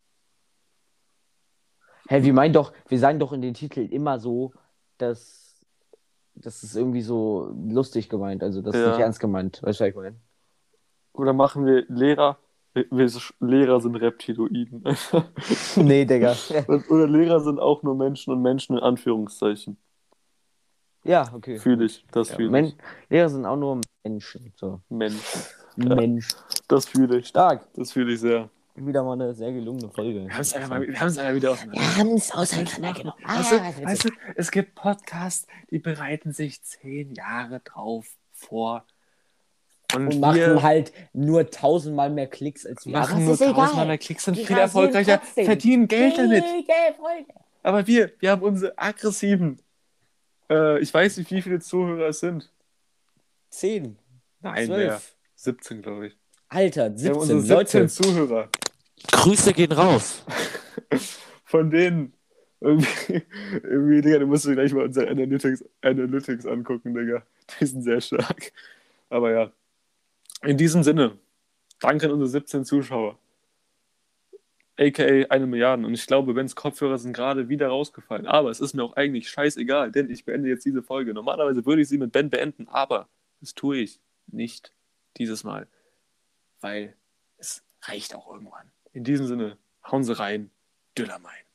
Hä, wir meinen doch, wir sagen doch in den Titeln immer so, dass das ist irgendwie so lustig gemeint, also das ist nicht ja. ernst gemeint. Weißt du, was ich meine? Oder machen wir Lehrer, wir, wir, Lehrer sind Reptiloiden. Nee, Digga. Und- Oder Lehrer sind auch nur Menschen und Menschen in Anführungszeichen. Ja, okay, Fühle gut. ich, das Ja, fühle Men ich. Lehrer sind auch nur Menschen. So. Menschen. Ja, Mensch. das fühle ich. Stark. Das fühle ich sehr. Wieder mal eine sehr gelungene Folge. Wir haben es einfach, mal- wir haben es einfach wieder auseinander. Wir haben es auseinandergenommen. Weißt du, weißt du, es gibt Podcasts, die bereiten sich zehn Jahre drauf vor. Und, Und wir machen halt nur tausendmal mehr Klicks als wir. machen Aber nur es ist tausendmal egal. mehr Klicks, sind Die viel rasieren erfolgreicher, trotzdem. verdienen Geld damit. Jede Folge. Aber wir, wir haben unsere aggressiven, äh, ich weiß nicht, wie viele Zuhörer es sind. Zehn. Nein, Zwölf. mehr. siebzehn, glaube ich. Alter, Wir haben unsere siebzehn. siebzehn Leute. Zuhörer. Grüße gehen raus. Von denen, irgendwie, irgendwie, Digga, du musst dir gleich mal unsere Analytics, Analytics angucken, Digga. Die sind sehr stark. Aber ja, in diesem Sinne, danke an unsere siebzehn Zuschauer. A K A eine Milliarde. Und ich glaube, Bens Kopfhörer sind gerade wieder rausgefallen. Aber es ist mir auch eigentlich scheißegal, denn ich beende jetzt diese Folge. Normalerweise würde ich sie mit Ben beenden, aber das tue ich nicht dieses Mal. Weil es reicht auch irgendwann. In diesem Sinne, hauen Sie rein, Düllermein.